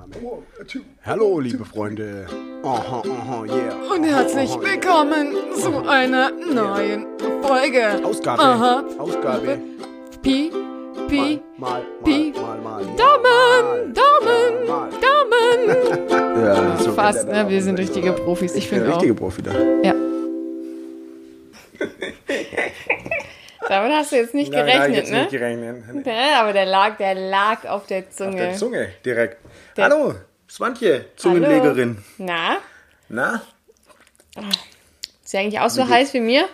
Aufnahme. Hallo, liebe Freunde. Yeah. Und herzlich willkommen zu einer neuen Folge. Ausgabe. Pi. Mal. Daumen. Ja, so Fast, ne? Wir sind richtige Profis. Ich finde auch. Richtige Profi da. Ja. Damit hast du jetzt nicht gerechnet, ne? Nicht gerechnet. Ja, aber der lag auf der Zunge. Auf der Zunge, direkt. Hallo, Swantje, Zungenlegerin. Na? Na? Ist ja eigentlich auch so heiß wie mir?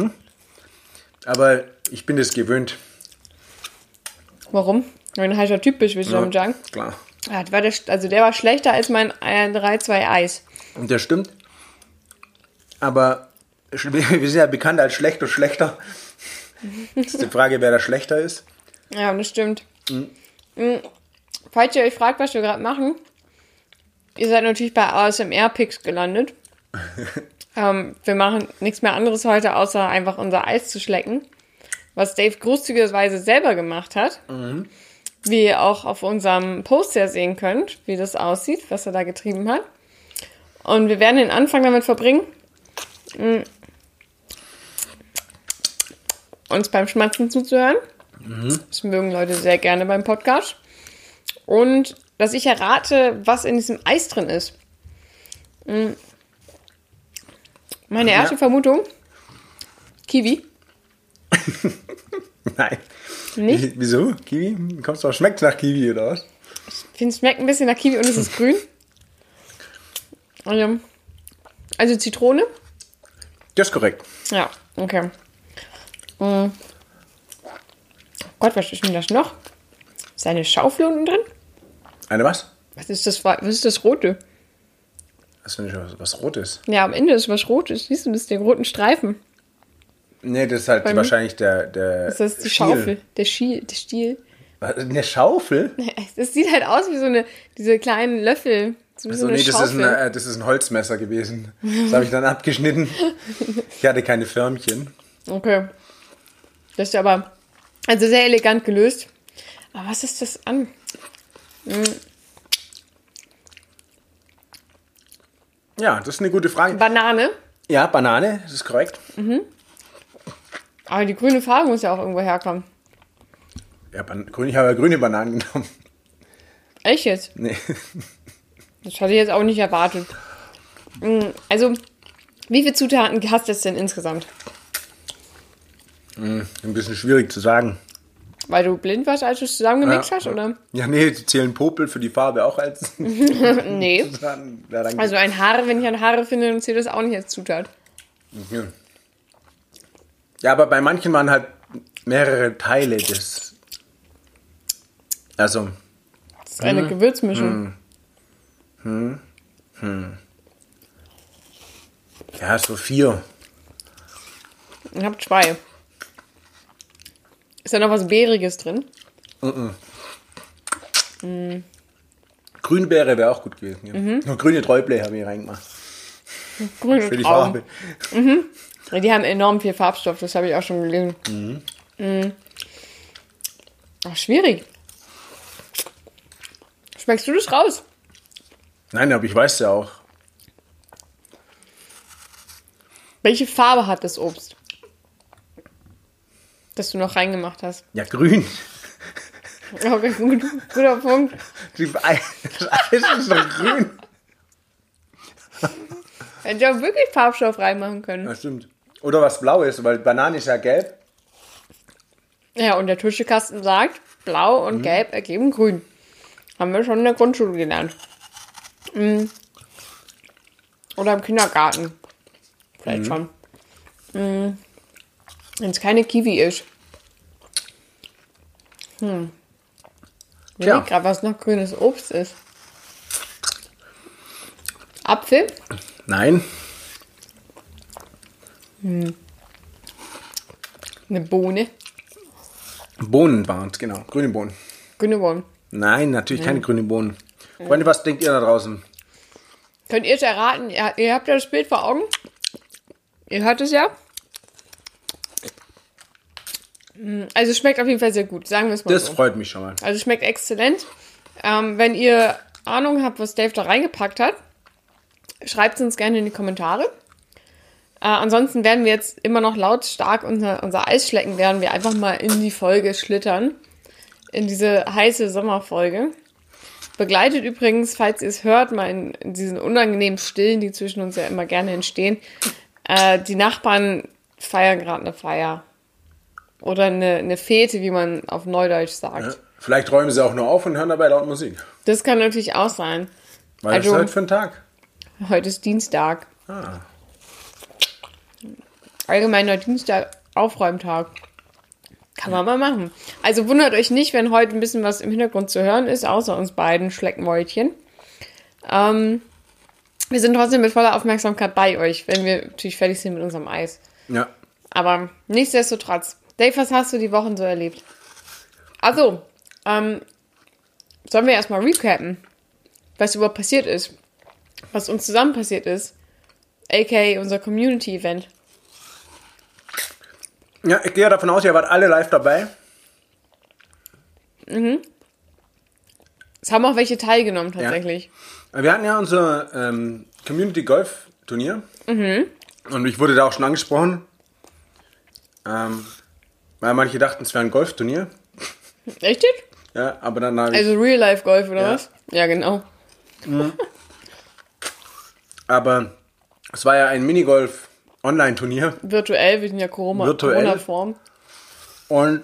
Aber ich bin das gewöhnt. Warum? Weil du ein heißer Typ bist, willst du damit sagen? Klar. Ja, der war schlechter als mein 3-2 Eis. Und das stimmt. Aber wir sind ja bekannt als schlecht und schlechter. Das ist die Frage, wer da schlechter ist. Ja, das stimmt. Falls ihr euch fragt, was wir gerade machen, ihr seid natürlich bei ASMR-Picks gelandet. Wir machen nichts mehr anderes heute, außer einfach unser Eis zu schlecken. Was Dave großzügigerweise selber gemacht hat. Wie ihr auch auf unserem Poster sehen könnt, wie das aussieht, was er da getrieben hat. Und wir werden den Anfang damit verbringen, uns beim Schmatzen zuzuhören. Das mögen Leute sehr gerne beim Podcast. Und dass ich errate, was in diesem Eis drin ist. Meine erste Vermutung, Kiwi. Nein. Nicht? Wieso? Kiwi? Schmeckt nach Kiwi oder was? Ich finde, es schmeckt ein bisschen nach Kiwi und es ist grün. Also Zitrone. Das ist korrekt. Ja, okay. Gott, was ist denn das noch? Ist da eine Schaufel unten drin? Eine was? Was ist das Rote? Was für was Rotes? Ja, am Ende ist was Rotes. Siehst du das, den roten Streifen? Nee, das ist halt wahrscheinlich der Das ist die Stiel. Schaufel. Der Stiel. Was, eine Schaufel? Es sieht halt aus wie diese kleinen Löffel. Achso, nee, das ist ein Holzmesser gewesen. Das habe ich dann abgeschnitten. Ich hatte keine Förmchen. Okay. Das ist aber also sehr elegant gelöst. Aber was ist das an? Ja, das ist eine gute Frage. Banane. Ja, Banane, das ist korrekt. Aber die grüne Farbe muss ja auch irgendwo herkommen. Ja, ich habe ja grüne Bananen genommen. Echt jetzt? Nee. Das hatte ich jetzt auch nicht erwartet. Also, wie viele Zutaten hast du jetzt denn insgesamt? Ein bisschen schwierig zu sagen. Weil du blind warst, als du es zusammengemixt hast, oder? Ja, nee, die zählen Popel für die Farbe auch als Nee. Zutaten. Ja, dann Also wenn ich ein Haare finde, dann zählt das auch nicht als Zutat. Ja, aber bei manchen waren halt mehrere Teile des. Also. Das ist eine Gewürzmischung. Ja, so 4. Ich habe 2. Ist da noch was Beeriges drin? Grünbeere wäre auch gut gewesen. Ja. Nur grüne Träuble habe ich reingemacht. Grüne Für die Trauben. Farbe. Ja, die haben enorm viel Farbstoff, das habe ich auch schon gelesen. Ach, schwierig. Schmeckst du das raus? Nein, aber ich weiß ja auch. Welche Farbe hat das Obst, das du noch reingemacht hast? Ja, grün. Okay, guter Punkt. Das Eis ist doch grün. Hätte ich auch wirklich Farbstoff reinmachen können. Ja, stimmt. Oder was Blaues, weil Banane ist ja gelb. Ja, und der Tuschekasten sagt, blau und gelb ergeben grün. Haben wir schon in der Grundschule gelernt. Oder im Kindergarten. Vielleicht schon. Wenn es keine Kiwi ist. Ich überlege gerade, was noch grünes Obst ist. Apfel? Nein. Eine Bohne? Bohnen waren es, genau. Grüne Bohnen. Grüne Bohnen. Nein, natürlich keine grünen Bohnen. Freunde, was denkt ihr da draußen? Könnt ihr es erraten? Ihr habt ja das Bild vor Augen. Ihr hört es ja. Also es schmeckt auf jeden Fall sehr gut, sagen wir es mal Das so. freut mich schon mal. Also es schmeckt exzellent. Wenn ihr Ahnung habt, was Dave da reingepackt hat, schreibt es uns gerne in die Kommentare. Ansonsten werden wir jetzt immer noch lautstark unser Eis schlecken, werden wir einfach mal in die Folge schlittern. In diese heiße Sommerfolge. Begleitet übrigens, falls ihr es hört, mal in diesen unangenehmen Stillen, die zwischen uns ja immer gerne entstehen. Die Nachbarn feiern gerade eine Feier. Oder eine Fete, wie man auf Neudeutsch sagt. Ja, vielleicht räumen sie auch nur auf und hören dabei laut Musik. Das kann natürlich auch sein. Was ist heute für ein Tag? Heute ist Dienstag. Allgemeiner Dienstag, Aufräumtag. Kann man mal machen. Also wundert euch nicht, wenn heute ein bisschen was im Hintergrund zu hören ist, außer uns beiden Schleckmäulchen. Wir sind trotzdem mit voller Aufmerksamkeit bei euch, wenn wir natürlich fertig sind mit unserem Eis. Ja. Aber nichtsdestotrotz. Dave, was hast du die Wochen so erlebt? Achso, sollen wir erstmal recappen, was überhaupt passiert ist? Was uns zusammen passiert ist? A.k.a. unser Community-Event. Ja, ich gehe davon aus, ihr wart alle live dabei. Es haben auch welche teilgenommen, tatsächlich. Ja. Wir hatten ja unser Community-Golf-Turnier. Und ich wurde da auch schon angesprochen. Weil manche dachten, es wäre ein Golfturnier. Echt jetzt? Ja, aber dann habe ich... Also Real-Life-Golf, oder was? Ja, genau. Aber es war ja ein Minigolf-Online-Turnier. Virtuell, wir sind ja Corona-Form. Und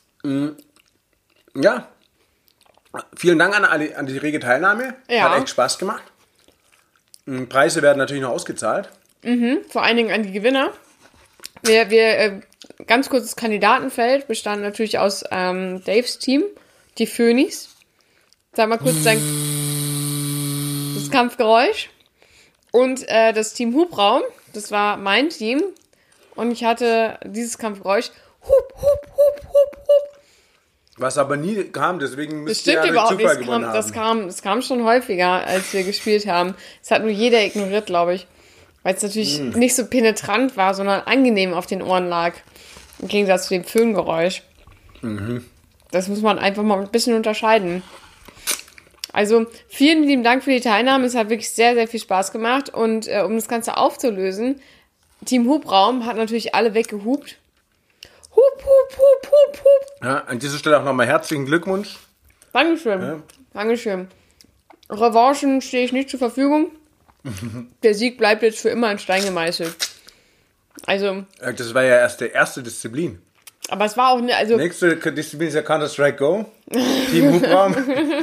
ja, vielen Dank an die rege Teilnahme. Ja. Hat echt Spaß gemacht. Preise werden natürlich noch ausgezahlt. Vor allen Dingen an die Gewinner. Wir ganz kurzes Kandidatenfeld bestand natürlich aus Daves Team, die Phönis. Sag mal kurz das Kampfgeräusch. Und das Team Hubraum, das war mein Team. Und ich hatte dieses Kampfgeräusch. Hup, hup, hup, hup, hup. Was aber nie kam, deswegen Das müsste stimmt ja überhaupt durch Zufall nicht. gewonnen haben. Das kam schon häufiger, als wir gespielt haben. Das hat nur jeder ignoriert, glaube ich. Weil es natürlich nicht so penetrant war, sondern angenehm auf den Ohren lag. Im Gegensatz zu dem Föhngeräusch. Das muss man einfach mal ein bisschen unterscheiden. Also, vielen lieben Dank für die Teilnahme. Es hat wirklich sehr, sehr viel Spaß gemacht. Und um das Ganze aufzulösen, Team Hubraum hat natürlich alle weggehupt. Hup, hup, hup, hup, hup. Ja, an dieser Stelle auch nochmal herzlichen Glückwunsch. Dankeschön. Ja. Dankeschön. Revanchen stehe ich nicht zur Verfügung. Der Sieg bleibt jetzt für immer in Stein gemeißelt. Also. Das war ja erst der erste Disziplin. Aber es war auch eine, also. Nächste Disziplin ist ja Counter-Strike Go. Team Hubraum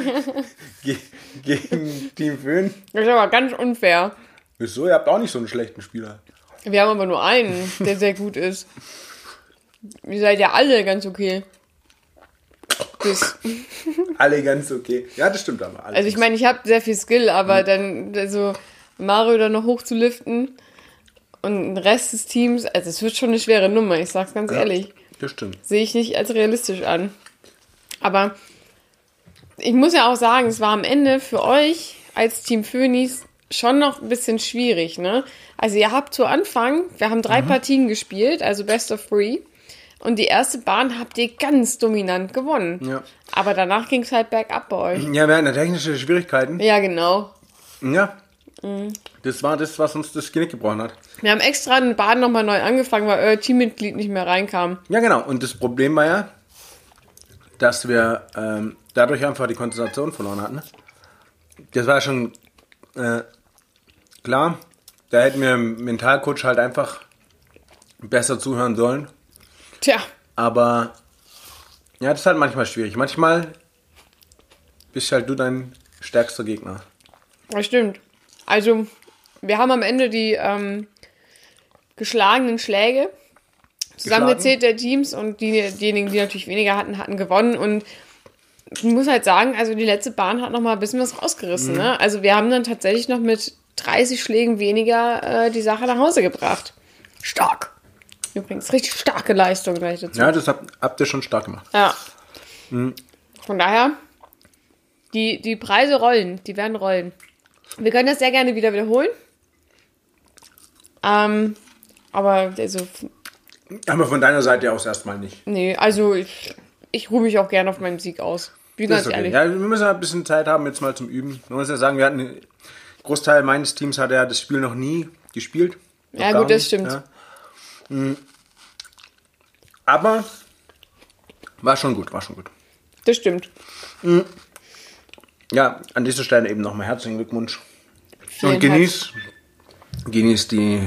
gegen Team Föhn. Das ist aber ganz unfair. Wieso? Ihr habt auch nicht so einen schlechten Spieler. Wir haben aber nur einen, der sehr gut ist. Ihr seid ja alle ganz okay. Alle ganz okay. Ja, das stimmt aber. Also ich meine, ich habe sehr viel Skill, aber dann so Mario dann noch hochzuliften und den Rest des Teams, also es wird schon eine schwere Nummer, ich sag's ganz ehrlich. Das stimmt. Sehe ich nicht als realistisch an. Aber ich muss ja auch sagen, es war am Ende für euch als Team Phönis schon noch ein bisschen schwierig, ne? Also ihr habt zu Anfang, wir haben 3 Partien gespielt, also Best of 3. Und die erste Bahn habt ihr ganz dominant gewonnen. Ja. Aber danach ging es halt bergab bei euch. Ja, wir hatten technische Schwierigkeiten. Ja, genau. Ja. Das war das, was uns das Genick gebrochen hat. Wir haben extra eine Bahn nochmal neu angefangen, weil euer Teammitglied nicht mehr reinkam. Ja, genau. Und das Problem war ja, dass wir dadurch einfach die Konzentration verloren hatten. Das war schon klar. Da hätten wir im Mentalcoach halt einfach besser zuhören sollen. Tja. Aber ja, das ist halt manchmal schwierig. Manchmal bist halt du dein stärkster Gegner. Das stimmt. Also, wir haben am Ende die geschlagenen Schläge zusammengezählt der Teams und diejenigen, die natürlich weniger hatten, hatten gewonnen. Und ich muss halt sagen, also die letzte Bahn hat noch mal ein bisschen was rausgerissen. Ne? Also wir haben dann tatsächlich noch mit 30 Schlägen weniger die Sache nach Hause gebracht. Stark. Übrigens, richtig starke Leistung gleich dazu. Ja, das habt ihr schon stark gemacht. Ja. Von daher, die Preise rollen, die werden rollen. Wir können das sehr gerne wieder wiederholen. Aber also... Aber von deiner Seite aus erstmal nicht. Nee, also ich ruhe mich auch gerne auf meinem Sieg aus. Wie Das ganz ist okay. ehrlich. Ja, wir müssen ein bisschen Zeit haben jetzt mal zum Üben. Man muss ja sagen, Großteil meines Teams hat ja das Spiel noch nie gespielt. Noch Ja, gar gut, das nicht, stimmt. ja. Aber war schon gut. Das stimmt. Ja, an dieser Stelle eben nochmal herzlichen Glückwunsch. Vielen Und genieß die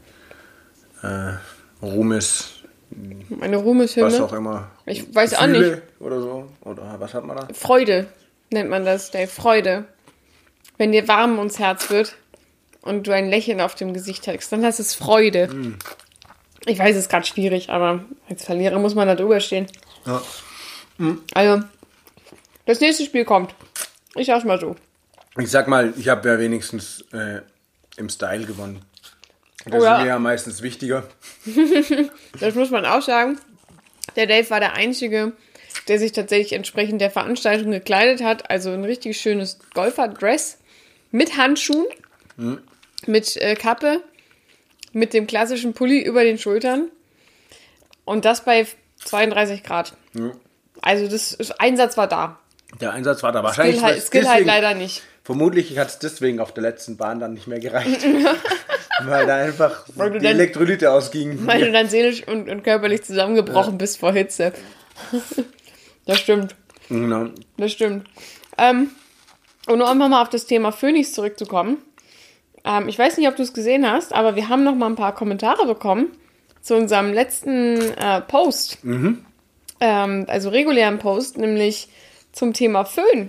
Ruhmes, Meine Ruhmeshymne. was auch immer. Ich weiß auch Gefühle nicht. Oder so. Oder was hat man da? Freude nennt man das, Dave. Freude. Wenn dir warm ums Herz wird und du ein Lächeln auf dem Gesicht hast, dann heißt es Freude. Ich weiß, es ist gerade schwierig, aber als Verlierer muss man da drüber stehen. Ja. Also, das nächste Spiel kommt. Ich sag's mal so. Ich sag mal, ich habe ja wenigstens im Style gewonnen. Das Oh ja. ist mir ja meistens wichtiger. Das muss man auch sagen. Der Dave war der Einzige, der sich tatsächlich entsprechend der Veranstaltung gekleidet hat. Also ein richtig schönes Golferdress mit Handschuhen, mit Kappe, mit dem klassischen Pulli über den Schultern. Und das bei 32 Grad. Also Einsatz war da. Der Einsatz war da wahrscheinlich. Skill halt leider nicht. Vermutlich hat es deswegen auf der letzten Bahn dann nicht mehr gereicht. Weil da einfach Weil du die dann- Elektrolyte ausgingen. Weil du dann seelisch und körperlich zusammengebrochen bist vor Hitze. Das stimmt. Genau. Das stimmt. Und nur einfach mal auf das Thema Phoenix zurückzukommen. Ich weiß nicht, ob du es gesehen hast, aber wir haben noch mal ein paar Kommentare bekommen zu unserem letzten Post. Also regulären Post, nämlich zum Thema Föhn.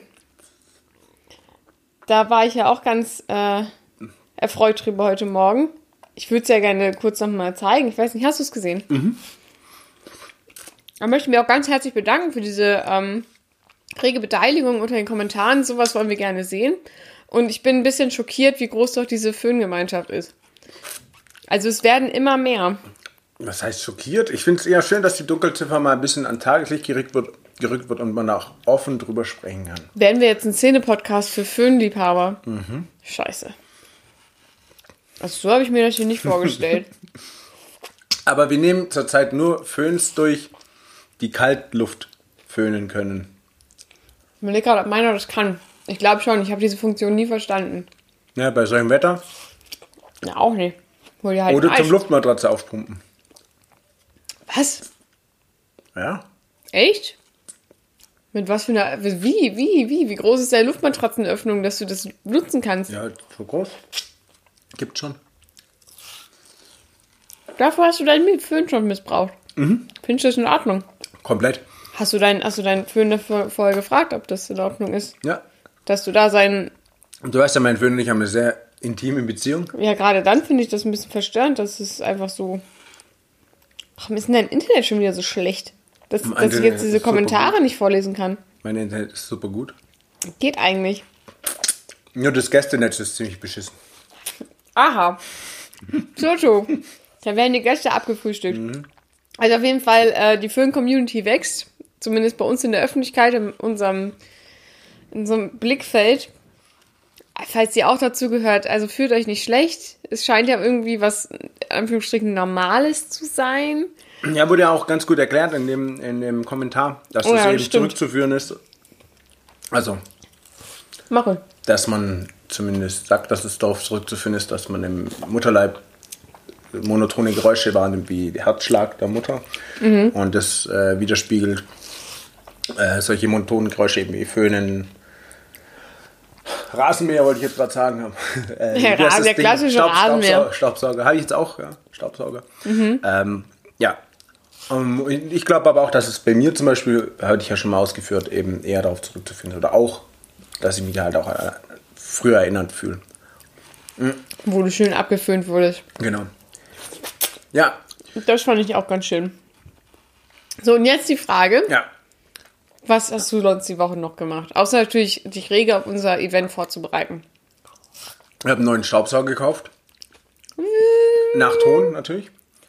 Da war ich ja auch ganz erfreut drüber heute Morgen. Ich würde es ja gerne kurz noch mal zeigen. Ich weiß nicht, hast du es gesehen? Da möchte ich mich auch ganz herzlich bedanken für diese rege Beteiligung unter den Kommentaren. Sowas wollen wir gerne sehen. Und ich bin ein bisschen schockiert, wie groß doch diese Föhngemeinschaft ist. Also es werden immer mehr. Was heißt schockiert? Ich finde es eher schön, dass die Dunkelziffer mal ein bisschen an Tageslicht gerückt wird und man auch offen drüber sprechen kann. Werden wir jetzt ein Szene-Podcast für Föhnliebhaber? Scheiße. Also so habe ich mir das hier nicht vorgestellt. Aber wir nehmen zurzeit nur Föhns durch, die Kaltluft föhnen können. Ich überlege gerade, ob meiner das kann. Ich glaube schon, ich habe diese Funktion nie verstanden. Ja, bei solchem Wetter. Ja, auch nicht. Hol dir halt Oder ein zum Eis. Luftmatratze aufpumpen. Was? Ja. Echt? Mit was für einer... Wie groß ist deine Luftmatratzenöffnung, dass du das nutzen kannst? Ja, so groß. Gibt's schon. Dafür hast du deinen Föhn schon missbraucht. Findest du das in Ordnung? Komplett. Hast du deinen Föhn dafür vorher gefragt, ob das in Ordnung ist? Ja. Dass du da seinen... Und du weißt ja, mein Föhn und ich haben eine sehr intime Beziehung. Ja, gerade dann finde ich das ein bisschen verstörend, dass es einfach so... Warum ist denn dein Internet schon wieder so schlecht? Dass ich Internet jetzt diese ist super Kommentare nicht vorlesen kann. Mein Internet ist super gut. Geht eigentlich. Nur das Gästenetz ist ziemlich beschissen. Aha. So. Da werden die Gäste abgefrühstückt. Also auf jeden Fall, die Föhn-Community wächst. Zumindest bei uns in der Öffentlichkeit, in unserem Blickfeld. Falls ihr auch dazu gehört, also fühlt euch nicht schlecht. Es scheint ja irgendwie was, in Anführungsstrichen, Normales zu sein. Ja, wurde ja auch ganz gut erklärt in dem Kommentar, dass Oh das ja, eben stimmt. zurückzuführen ist. Also, Mache. dass man zumindest sagt, dass es darauf zurückzuführen ist, dass man im Mutterleib monotone Geräusche wahrnimmt, wie der Herzschlag der Mutter. Und das widerspiegelt solche monotonen Geräusche eben wie Föhnen. Rasenmäher wollte ich jetzt gerade sagen. Wie heißt das der Ding? klassische Rasenmäher. Staubsauger. Habe ich jetzt auch, ja. Staubsauger. Ja. Ich glaube aber auch, dass es bei mir zum Beispiel, hatte ich ja schon mal ausgeführt, eben eher darauf zurückzuführen. Oder auch, dass ich mich halt auch früher erinnert fühle. Wo du schön abgeföhnt wurdest. Genau. Ja. Das fand ich auch ganz schön. So, und jetzt die Frage. Ja. Was hast du sonst die Woche noch gemacht? Außer natürlich dich rege auf unser Event vorzubereiten. Ich habe einen neuen Staubsauger gekauft. Nach Ton natürlich.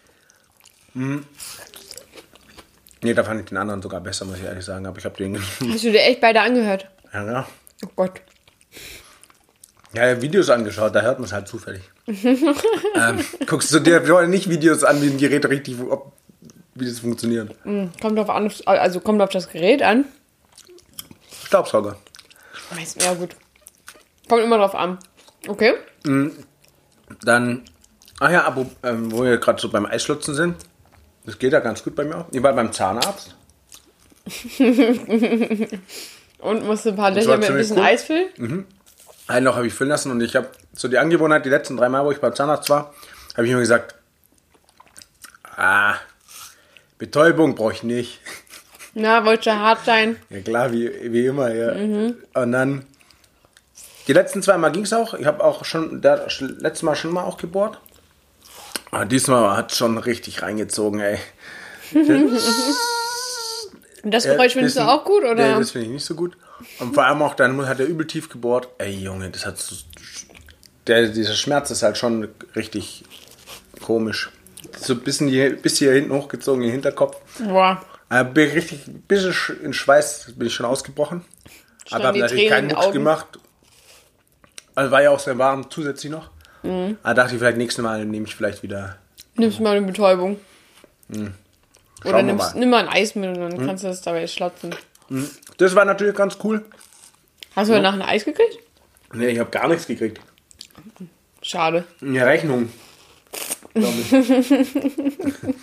Nee, da fand ich den anderen sogar besser, muss ich ehrlich sagen. Aber ich habe den... Hast du dir echt beide angehört? Ja. Oh Gott. Ja, Videos angeschaut, da hört man es halt zufällig. Guckst du dir nicht Videos an, wie ein Gerät richtig, wie das funktioniert? Kommt auf das Gerät an. Staubsauger. Ja, gut. Kommt immer drauf an. Okay. Dann, wo wir gerade so beim Eisschlutzen sind, das geht ja ganz gut bei mir auch. Ich war beim Zahnarzt. Und musste ein paar Löcher mit ein bisschen cool. Eis füllen? Ein Loch habe ich füllen lassen und ich habe so die Angewohnheit, die letzten 3 Mal, wo ich beim Zahnarzt war, habe ich immer gesagt, Betäubung brauche ich nicht. Na, wollte ja hart sein. Ja klar, wie immer, ja. Und dann, die letzten 2 Mal ging es auch. Ich habe auch schon, letztes Mal schon mal auch gebohrt. Aber diesmal hat es schon richtig reingezogen, ey. Und das Geräusch findest du auch gut, oder? Nee, das finde ich nicht so gut. Und vor allem auch, dann hat er übel tief gebohrt. Ey, Junge, das hat so, dieser Schmerz ist halt schon richtig komisch. So ein bisschen bis hier hinten hochgezogen, in den Hinterkopf. Boah. Bin richtig, ein bisschen in Schweiß bin ich schon ausgebrochen. Aber habe natürlich keinen Mucks gemacht. Also war ja auch sehr warm zusätzlich noch. Aber dachte ich, vielleicht nächstes Mal nehme ich vielleicht wieder. Nimmst mal eine Betäubung. Oder nimm mal ein Eis mit und dann kannst du das dabei schlatzen. Das war natürlich ganz cool. Hast du danach ein Eis gekriegt? Nee, ich habe gar nichts gekriegt. Schade. Eine Rechnung. Glaube ich.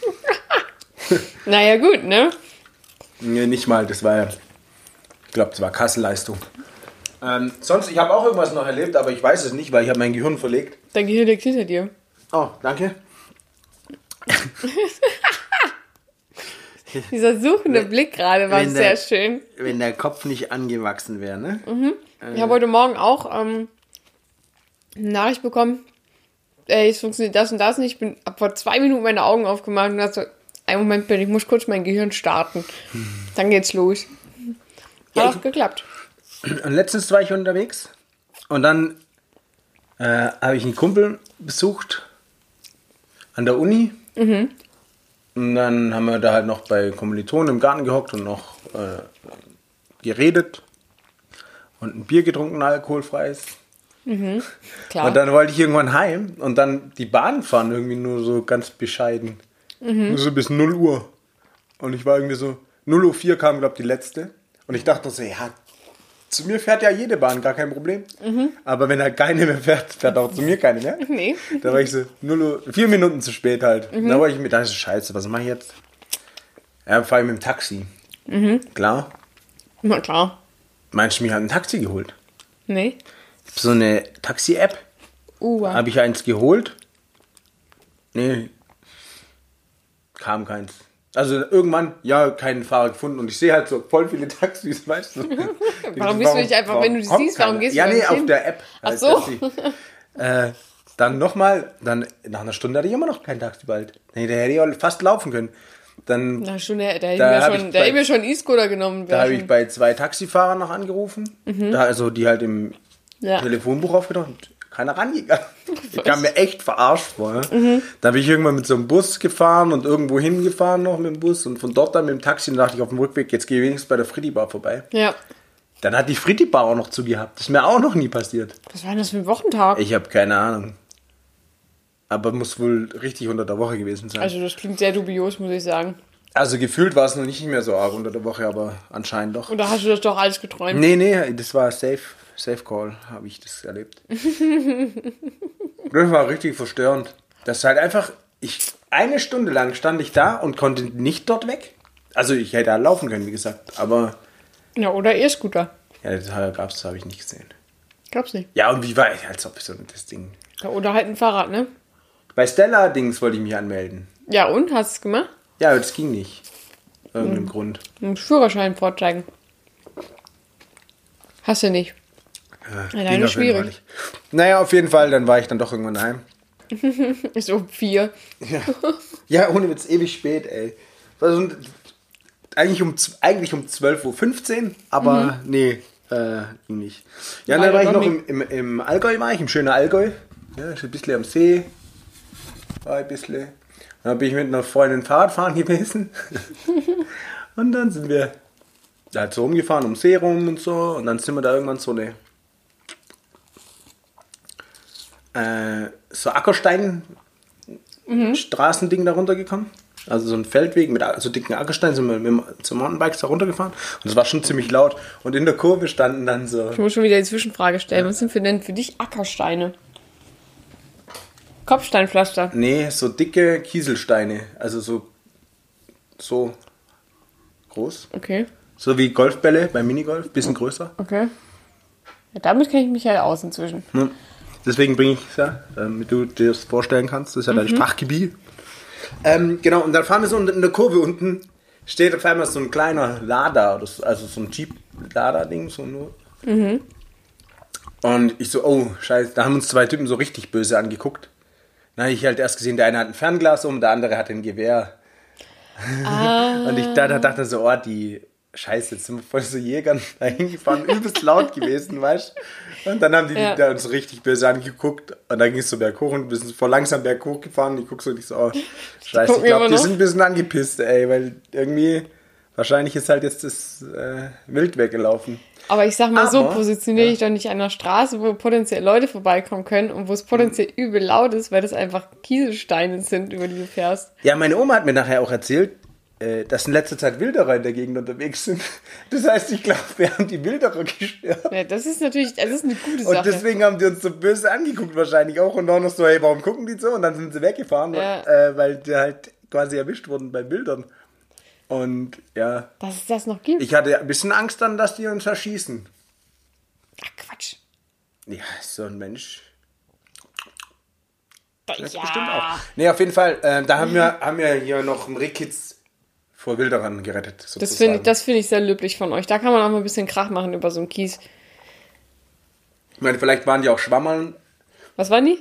Naja, gut, ne? Nee, nicht mal. Das war ja, ich glaube, das war Kassenleistung. Sonst, ich habe auch irgendwas noch erlebt, aber ich weiß es nicht, weil ich habe mein Gehirn verlegt. Dein Gehirn liegt hinter dir. Oh, danke. Dieser suchende Blick gerade war sehr schön. Wenn der Kopf nicht angewachsen wäre, ne? Ich habe heute Morgen auch eine Nachricht bekommen, es funktioniert das und das nicht. Ich habe vor 2 Minuten meine Augen aufgemacht und dachte so, einen Moment bitte, ich muss kurz mein Gehirn starten. Dann geht's los. Hat auch geklappt. Und letztens war ich unterwegs und dann habe ich einen Kumpel besucht an der Uni. Und dann haben wir da halt noch bei Kommilitonen im Garten gehockt und noch geredet und ein Bier getrunken, alkoholfreies. Klar. Und dann wollte ich irgendwann heim und dann die Bahn fahren irgendwie nur so ganz bescheiden. Nur so bis 0 Uhr. Und ich war irgendwie so, 0:04 Uhr kam, glaube ich, die letzte. Und ich dachte so, ja, zu mir fährt ja jede Bahn, gar kein Problem. Aber wenn halt keine mehr fährt, fährt auch zu mir keine mehr. Nee. Da war ich so 4 Minuten zu spät halt. Da war ich mir, das ist scheiße, was mache ich jetzt? Ja, fahre ich mit dem Taxi. Klar. Na klar. Meinst du, mir hat ein Taxi geholt? Nee. So eine Taxi-App. Habe ich eins geholt? Nee. Kam keins. Also irgendwann, ja, keinen Fahrer gefunden. Und ich sehe halt so voll viele Taxis, weißt du. Warum bist du nicht einfach, wenn du die siehst, warum gehst du ja, da nee, nicht auf hin? der App. Ach so. Dann nochmal, dann nach einer Stunde hatte ich immer noch kein Taxi bald. Nee, der hätte ich auch fast laufen können. Dann, Na schon, der hätte mir schon einen E-Scooter genommen. Da habe ich bei 2 Taxifahrern noch angerufen. Also die halt im Telefonbuch aufgetaucht. Keiner rangegangen. Ich kam mir echt verarscht vor. Ne? Da bin ich irgendwann mit so einem Bus gefahren und irgendwo hingefahren noch mit dem Bus und von dort dann mit dem Taxi und dachte ich auf dem Rückweg, jetzt gehe ich wenigstens bei der Fritti-Bar vorbei. Ja. Dann hat die Fritti-Bar auch noch zugehabt. Das ist mir auch noch nie passiert. Was war denn das für ein Wochentag? Ich habe keine Ahnung. Aber muss wohl richtig unter der Woche gewesen sein. Also das klingt sehr dubios, muss ich sagen. Also gefühlt war es noch nicht mehr so arg unter der Woche, aber anscheinend doch. Und da hast du das doch alles geträumt. Nee, das war Safe Call, habe ich das erlebt. Das war richtig verstörend. Das ist halt einfach, 1 Stunde lang stand ich da und konnte nicht dort weg. Also ich hätte da laufen können, wie gesagt, aber... Ja, oder E-Scooter. Ja, das habe ich nicht gesehen. Glaub's nicht. Ja, und wie war ich, als ob so das Ding... Ja, oder halt ein Fahrrad, ne? Bei Stella-Dings wollte ich mich anmelden. Ja, und? Hast du es gemacht? Ja, das ging nicht. Irgendeinem Grund. Einen Führerschein vorzeigen. Hast du nicht. Ging Alleine auf jeden Fall schwierig. nicht. Naja, auf jeden Fall, dann war ich dann doch irgendwann daheim. Ist um 4. Ja, ohne Witz, ewig spät, ey. Also, eigentlich um 12:15 Uhr, aber nee, ging nicht. Ja, dann war ich noch im Allgäu, im schönen Allgäu. Ja, ist ein bisschen am See. War ein bisschen. Dann bin ich mit einer Freundin Fahrradfahren gewesen. Und dann sind wir halt so rumgefahren, um See rum und so. Und dann sind wir da irgendwann so eine so Ackerstein Straßending da runtergekommen. Also so ein Feldweg mit so dicken Ackersteinen, sind wir mit so Mountainbikes da runtergefahren. Und es war schon ziemlich laut. Und in der Kurve standen dann so... Ich muss schon wieder die Zwischenfrage stellen. Was sind denn für dich Ackersteine? Kopfsteinpflaster? Nee, so dicke Kieselsteine. Also so groß. Okay. So wie Golfbälle beim Minigolf, bisschen größer. Okay. Ja, damit kenne ich mich ja aus inzwischen. Deswegen bringe ich es ja, damit du dir das vorstellen kannst. Das ist ja dein Fachgebiet. Genau, und dann fahren wir so in der Kurve unten, steht auf einmal so ein kleiner Lada, also so ein Jeep-Lada-Ding, so nur. Und ich so, oh, scheiße, da haben uns zwei Typen so richtig böse angeguckt. Dann habe ich halt erst gesehen, der eine hat ein Fernglas der andere hat ein Gewehr. Und ich dachte so, oh, die Scheiße, jetzt sind wir voll so Jägern da hingefahren, übelst laut gewesen, weißt du? Und dann haben die da uns richtig böse angeguckt und dann ging es so berghoch und wir sind voll langsam berghoch gefahren und ich gucke so und ich so, oh, Scheiße, ich glaube, die sind ein bisschen angepisst, ey, weil irgendwie, wahrscheinlich ist halt jetzt das Wild weggelaufen. Aber ich sag mal so, positioniere ich doch nicht an der Straße, wo potenziell Leute vorbeikommen können und wo es potenziell übel laut ist, weil das einfach Kieselsteine sind, über die du fährst. Ja, meine Oma hat mir nachher auch erzählt, dass in letzter Zeit Wilderer in der Gegend unterwegs sind. Das heißt, ich glaube, wir haben die Wilderer gestört. Ja, das ist natürlich, das ist eine gute Sache. Und deswegen haben die uns so böse angeguckt wahrscheinlich auch und auch noch so, hey, warum gucken die so? Und dann sind sie weggefahren, weil die halt quasi erwischt wurden bei Bildern. Und ja. Dass es das noch gibt. Ich hatte ein bisschen Angst dann, dass die uns erschießen. Ach, Quatsch. Ja, so ein Mensch. Das bestimmt auch. Nee, auf jeden Fall, da haben wir hier noch ein Rehkitz vor Wilderern gerettet, sozusagen. Das finde ich sehr löblich von euch. Da kann man auch mal ein bisschen Krach machen über so einen Kies. Ich meine, vielleicht waren die auch Schwammerln. Was waren die?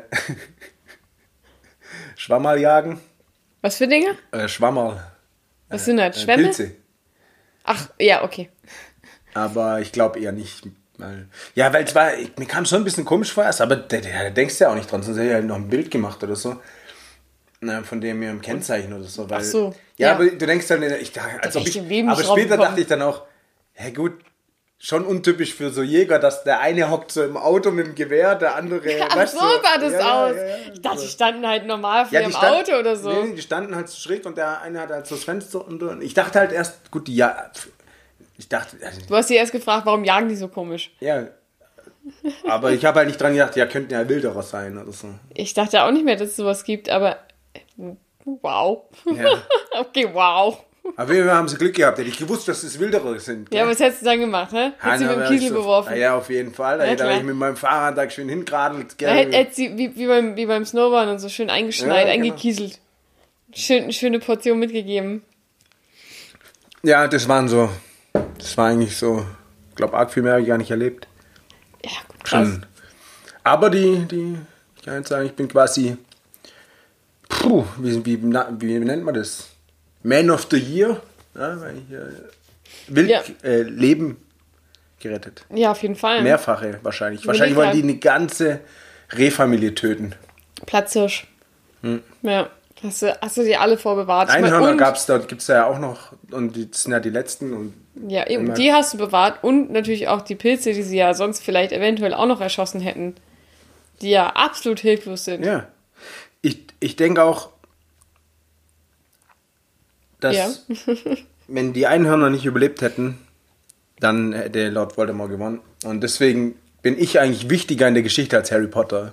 Schwammerl jagen. Was für Dinge? Schwammerl. Was sind das? Schwämme? Pilze. Ach, ja, okay. Aber ich glaube eher nicht. Ja, weil mir kam es schon ein bisschen komisch vor erst, aber da denkst du ja auch nicht dran, sonst hätte ich halt noch ein Bild gemacht oder so. Von dem mir im Kennzeichen oder so. Weil, ach so. Ja, aber du denkst dann, aber später dachte ich dann auch, ja gut, schon untypisch für so Jäger, dass der eine hockt so im Auto mit dem Gewehr, der andere... Ach so sah das aus. Ja. Ich dachte, die standen halt normal vor ihrem Auto oder so. Nee, die standen halt so schräg und der eine hat halt so das Fenster und ich dachte halt erst, gut, du hast sie erst gefragt, warum jagen die so komisch? Ja, aber ich habe halt nicht dran gedacht, ja, könnten ja Wilderer sein oder so. Ich dachte auch nicht mehr, dass es sowas gibt, aber wow. Ja. Okay, wow. Aber wir haben sie Glück gehabt, hätte ich gewusst, dass es Wilderer sind. Gell? Ja, was hättest du dann gemacht, ne? Hättest du mit dem Kiesel beworfen? Ja, auf jeden Fall. Da hätte ich mit meinem Fahrrad da schön hingradelt. Hätte sie wie beim Snowboarden und so schön eingeschneit, eingekieselt. Eine schöne Portion mitgegeben. Ja, das war eigentlich so, ich glaube, arg viel mehr habe ich gar nicht erlebt. Ja, gut, krass. Aber ich kann jetzt sagen, ich bin quasi, wie nennt man das? Man of the Year, ja, weil ich Leben gerettet. Ja, auf jeden Fall. Mehrfache wahrscheinlich. Wahrscheinlich wollen die eine ganze Rehfamilie töten. Platzhirsch. Ja, hast du die alle vorbewahrt? Einhörner gibt es ja auch noch und das sind ja die letzten. Und ja, eben, die hast du bewahrt und natürlich auch die Pilze, die sie ja sonst vielleicht eventuell auch noch erschossen hätten, die ja absolut hilflos sind. Ja, ich denke auch, dass wenn die Einhörner nicht überlebt hätten, dann hätte Lord Voldemort gewonnen. Und deswegen bin ich eigentlich wichtiger in der Geschichte als Harry Potter.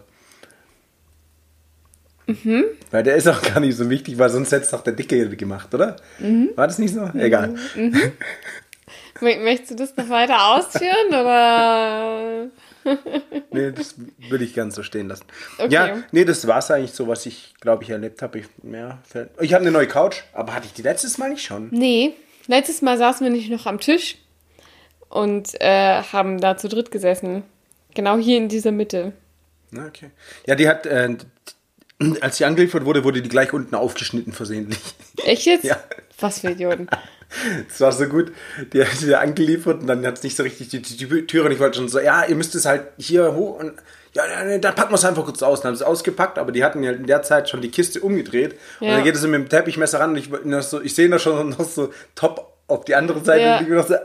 Weil der ist auch gar nicht so wichtig, weil sonst hätte es doch der Dicke gemacht, oder? War das nicht so? Egal. Möchtest du das noch weiter ausführen, oder? Nee, das würde ich ganz so stehen lassen. Okay. Ja, nee, das war es eigentlich so, was ich, glaube ich, erlebt habe. Ich habe eine neue Couch, aber hatte ich die letztes Mal nicht schon? Nee, letztes Mal saßen wir nicht noch am Tisch und haben da zu dritt gesessen. Genau hier in dieser Mitte. Na, okay. Ja, die hat, als sie angeliefert wurde die gleich unten aufgeschnitten versehentlich. Echt jetzt? Ja. Was für Idioten. Das war so gut. Die hat sie angeliefert und dann hat es nicht so richtig die Türe und ich wollte schon so, ja, ihr müsst es halt hier hoch und ja, dann packen wir es einfach kurz aus. Dann haben sie es ausgepackt, aber die hatten ja in der Zeit schon die Kiste umgedreht. Ja. Und dann geht es mit dem Teppichmesser ran und ich sehe da schon noch so top auf die andere Seite und ich noch so,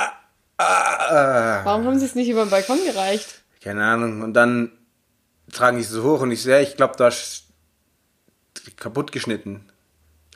Warum haben sie es nicht über den Balkon gereicht? Keine Ahnung. Und dann tragen die es so hoch und ich sehe, ich glaube, da ist kaputt geschnitten.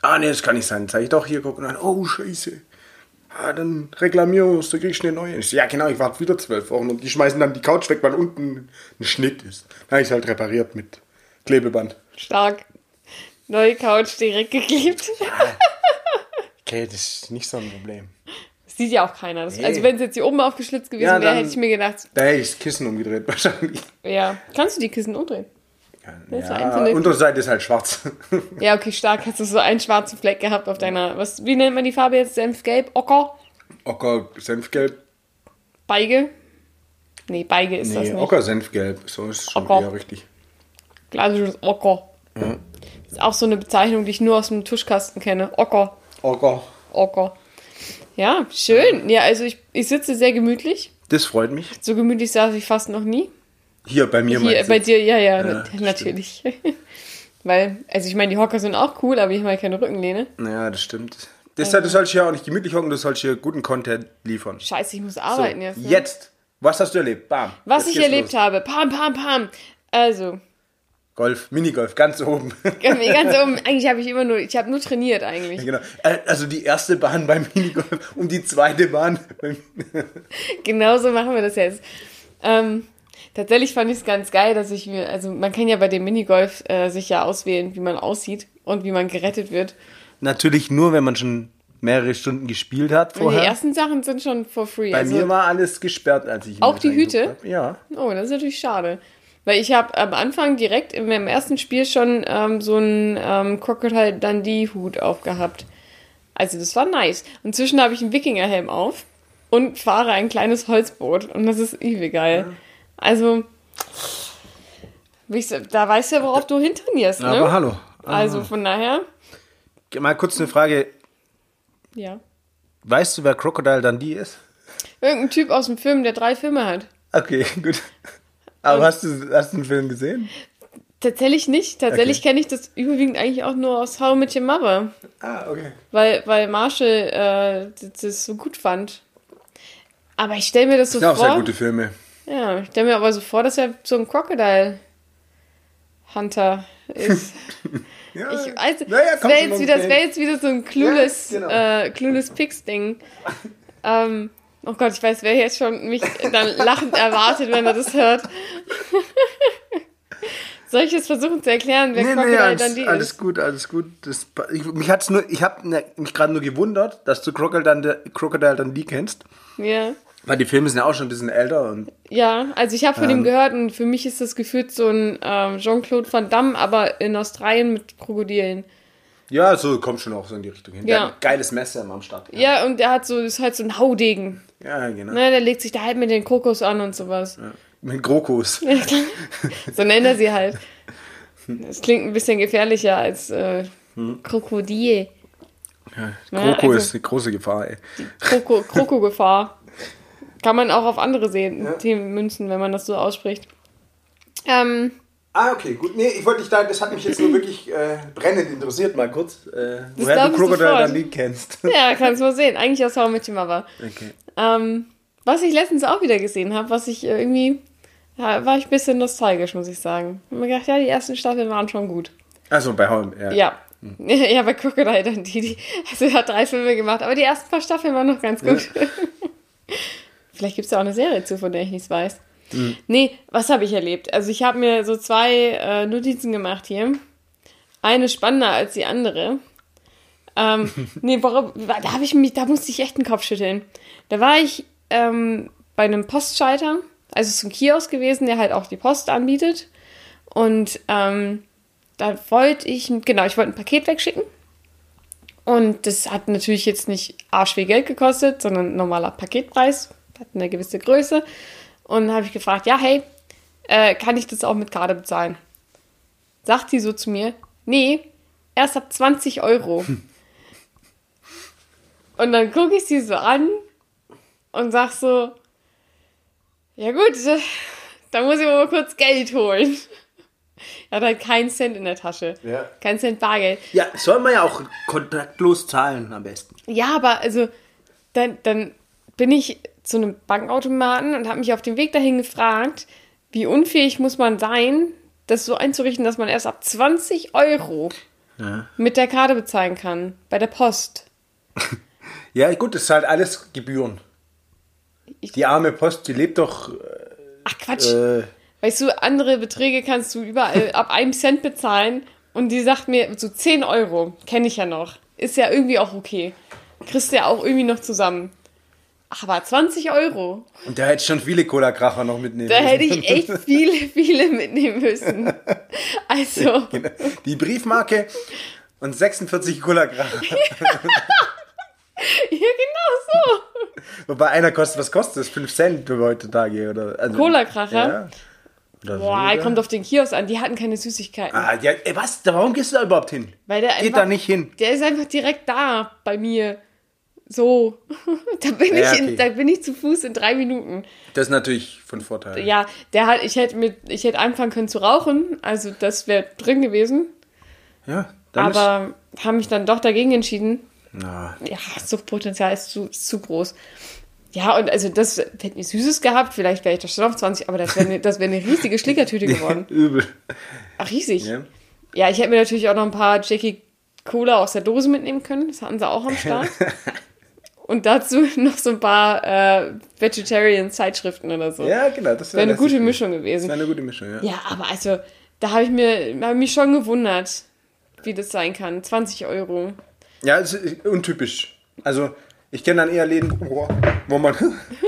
Nee, das kann nicht sein. Zeig ich doch hier, guck und dann, oh, scheiße. Dann reklamierst du, kriegst du eine neue. Ich so, ja genau, ich warte wieder 12 Wochen und die schmeißen dann die Couch weg, weil unten ein Schnitt ist. Dann habe ich es halt repariert mit Klebeband. Stark. Neue Couch direkt geklebt. Okay, das ist nicht so ein Problem. Das sieht ja auch keiner. Also wenn es jetzt hier oben aufgeschlitzt gewesen wäre, hätte ich mir gedacht... Da hätte ich das Kissen umgedreht wahrscheinlich. Ja. Kannst du die Kissen umdrehen? Ja, unsere Seite ist halt schwarz. Ja, okay, stark. Hast du so einen schwarzen Fleck gehabt auf deiner... Wie nennt man die Farbe jetzt? Senfgelb? Ocker? Ocker, Senfgelb. Beige? Nee, Beige ist das nicht. Ocker, Senfgelb. So ist schon Ocker. eher richtig. Klassisches Ocker. Ja. Das ist auch so eine Bezeichnung, die ich nur aus dem Tuschkasten kenne. Ocker. Ocker. Ocker. Ja, schön. Ja, also ich sitze sehr gemütlich. Das freut mich. So gemütlich saß ich fast noch nie. Hier bei mir Hier, bei dir, ja, das natürlich. Weil, also ich meine, die Hocker sind auch cool, aber ich habe keine Rückenlehne. Ja, das stimmt. Deshalb, du sollst hier auch nicht gemütlich hocken, du sollst hier guten Content liefern. Scheiße, ich muss arbeiten jetzt. Ne? Jetzt. Was hast du erlebt? Bam. Was Jetzt ich geht's erlebt los. habe. Pam, pam, pam. Also. Golf, Minigolf, ganz oben. Ganz oben. Eigentlich habe ich habe nur trainiert eigentlich. Ja, genau. Also die erste Bahn beim Minigolf und die zweite Bahn beim Genau so machen wir das jetzt. Tatsächlich fand ich es ganz geil, dass also man kann ja bei dem Minigolf sich ja auswählen, wie man aussieht und wie man gerettet wird. Natürlich nur, wenn man schon mehrere Stunden gespielt hat Und vorher. die ersten Sachen sind schon for free. Bei mir war alles gesperrt, als ich... Auch die Hüte? Hab. Ja. Oh, das ist natürlich schade. Weil ich habe am Anfang direkt im ersten Spiel schon so einen Crocodile Dundee-Hut aufgehabt. Also das war nice. Inzwischen habe ich einen Wikingerhelm auf und fahre ein kleines Holzboot. Und das ist ewig geil. Ja. Also, da weißt du ja, worauf du hintrainierst, ne? Aber hallo. Also von daher... Mal kurz eine Frage. Ja. Weißt du, wer Crocodile Dundee ist? Irgendein Typ aus dem Film, der 3 Filme hat. Okay, gut. Aber hast du den Film gesehen? Tatsächlich nicht. Tatsächlich kenne ich das überwiegend eigentlich auch nur aus How I Met Your Mother. Okay. Weil Marshall das so gut fand. Aber ich stelle mir das so vor... Das sind auch sehr gute Filme. Ja, ich stelle mir aber so vor, dass er so ein Crocodile Hunter ist. Ja, ich weiß, naja, das wäre jetzt wieder so ein Clueless, ja, genau. Clueless Pigs Ding. Oh Gott, ich weiß, wer jetzt schon mich dann lachend erwartet, wenn er das hört. Soll ich es versuchen zu erklären, wer Crocodile Dundee ist? Alles gut. Ich habe mich gerade nur gewundert, dass du Crocodile Dundee kennst. Ja. Weil die Filme sind ja auch schon ein bisschen älter. Und, ja, also ich habe von ihm gehört und für mich ist das gefühlt so ein Jean-Claude Van Damme, aber in Australien mit Krokodilen. Ja, so kommt schon auch so in die Richtung hin. Ja. Der hat ein geiles Messer am Start. Ja, und der ist halt so ein Haudegen. Ja, genau. Ne, der legt sich da halt mit den Kokos an und sowas. Ja. Mit Krokos. So nennt er sie halt. Das klingt ein bisschen gefährlicher als Krokodil. Ja, Kroko ist eine große Gefahr, ey. Kroko-Gefahr. Kann man auch auf andere Themen münzen, wenn man das so ausspricht. Okay, gut. Nee, ich wollte dich das hat mich jetzt nur wirklich brennend interessiert, mal kurz, woher du Crocodile Dundee kennst. Ja, kannst du mal sehen. Eigentlich aus How I Met Your Mother. Okay. Was ich letztens auch wieder gesehen habe, war ich ein bisschen nostalgisch, muss ich sagen. Ich habe mir gedacht, ja, die ersten Staffeln waren schon gut. Also bei How Ja. Ja, bei Crocodile Dundee. Also er hat 3 Filme gemacht, aber die ersten paar Staffeln waren noch ganz gut. Ja. Vielleicht gibt es ja auch eine Serie zu, von der ich nichts weiß. Mhm. Nee, was habe ich erlebt? Also ich habe mir so 2 Notizen gemacht hier. Eine spannender als die andere. Da musste ich echt den Kopf schütteln. Da war ich bei einem Postschalter, also es ist ein Kiosk gewesen, der halt auch die Post anbietet. Und da wollte ich ein Paket wegschicken. Und das hat natürlich jetzt nicht arschviel Geld gekostet, sondern ein normaler Paketpreis. Hat eine gewisse Größe. Und dann habe ich gefragt, ja, hey, kann ich das auch mit Karte bezahlen? Sagt die so zu mir, nee, erst ab 20 Euro. Und dann gucke ich sie so an und sag so, ja gut, da muss ich mal kurz Geld holen. Er hat halt keinen Cent in der Tasche. Ja. Keinen Cent Bargeld. Ja, soll man ja auch kontaktlos zahlen am besten. Ja, aber also dann bin ich zu einem Bankautomaten und habe mich auf dem Weg dahin gefragt, wie unfähig muss man sein, das so einzurichten, dass man erst ab 20 Euro mit der Karte bezahlen kann. Bei der Post. Ja, gut, das ist halt alles Gebühren. Die arme Post, die lebt doch... Ach, Quatsch. Weißt du, andere Beträge kannst du überall ab 1 Cent bezahlen und die sagt mir so 10 Euro. Kenne ich ja noch. Ist ja irgendwie auch okay. Kriegst du ja auch irgendwie noch zusammen. Aber 20 Euro. Und da hätte ich schon viele Cola-Kracher noch mitnehmen Da müssen. hätte ich echt viele mitnehmen müssen. Also. Genau. Die Briefmarke und 46 Cola-Kracher. Ja, genau so. Wobei einer kostet, was kostet das? 5 Cent heutzutage? Oder, also, Cola-Kracher? Ja. Oder Boah, weniger? kommt auf den Kiosk an. Die hatten keine Süßigkeiten. Ah, ja, ey, was? Warum gehst du da überhaupt hin? Weil der Geht einfach, da nicht hin. Der ist einfach direkt da bei mir. So. Da bin, Ja, ich okay. da bin ich zu Fuß in 3 Minuten. Das ist natürlich von Vorteil. Ja, ich hätte anfangen können zu rauchen. Also das wäre drin gewesen. Ja, dann Aber haben mich dann doch dagegen entschieden. Na, Ja, Suchtpotenzial ist zu groß. Ja, und also das hätte ich Süßes gehabt, vielleicht wäre ich da schon auf 20, aber das wäre eine riesige Schlickertüte geworden. übel. Ach, riesig. Ja. Ja, ich hätte mir natürlich auch noch ein paar Jackie Cola aus der Dose mitnehmen können. Das hatten sie auch am Start. Und dazu noch so ein paar Vegetarian-Zeitschriften oder so. Ja, genau. Das Wäre eine lässig gute gewesen. Mischung Das gewesen. wäre eine gute Mischung, ja. Ja, aber also, da habe ich mich schon gewundert, wie das sein kann. 20 Euro. Ja, es ist untypisch. Also, ich kenne dann eher Läden, wo man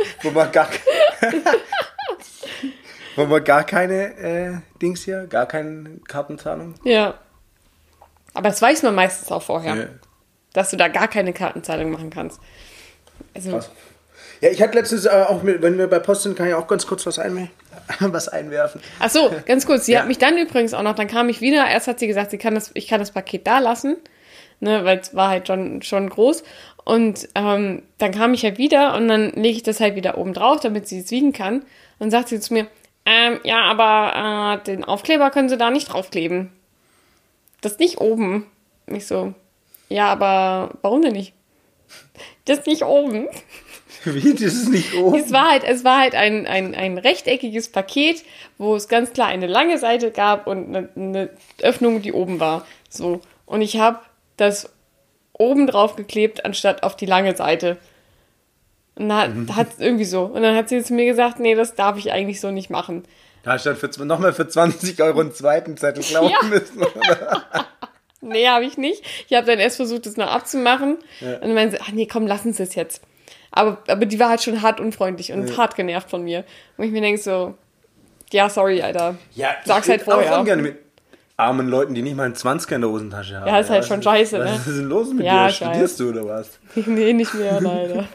gar keine Dings hier, gar keine Kartenzahlung. Ja. Aber das weiß man meistens auch vorher, Ja. dass du da gar keine Kartenzahlung machen kannst. Also, Krass. Ja, ich hatte letztens auch, wenn wir bei Post sind, kann ich auch ganz kurz was einwerfen. ach so, ganz kurz. Sie Ja. hat mich dann übrigens auch noch, dann kam ich wieder, erst hat sie gesagt, ich kann das Paket da lassen, ne, weil es war halt schon groß. Und dann kam ich halt wieder und dann lege ich das halt wieder oben drauf, damit sie es wiegen kann. Und sagt sie zu mir, ja, aber den Aufkleber können Sie da nicht draufkleben. Das ist nicht oben. Und ich so, ja, aber warum denn nicht? Das ist nicht oben. Wie? Das ist nicht oben. Es war halt ein rechteckiges Paket, wo es ganz klar eine lange Seite gab und eine Öffnung, die oben war. So. Und ich habe das oben drauf geklebt, anstatt auf die lange Seite. Und dann hat irgendwie so. Und dann hat sie zu mir gesagt, nee, das darf ich eigentlich so nicht machen. Da hast du dann nochmal für 20 Euro einen zweiten Zettel glauben Ja. müssen. Oder? Nee, habe ich nicht. Ich habe dann erst versucht, das noch abzumachen. Ja. Und dann meinte sie, ach nee, komm, lass uns das jetzt. Aber die war halt schon hart unfreundlich und hart genervt von mir. Und ich mir denke so, ja, sorry, Alter. Ja, Sag's ich halt red auch vorher. ungern mit armen Leuten, die nicht mal einen 20er in der Hosentasche haben. Ja, ist halt schon scheiße, ne? Was ist denn los mit Ja, dir? ich weiß. Studierst du oder was? Nee, nicht mehr, leider.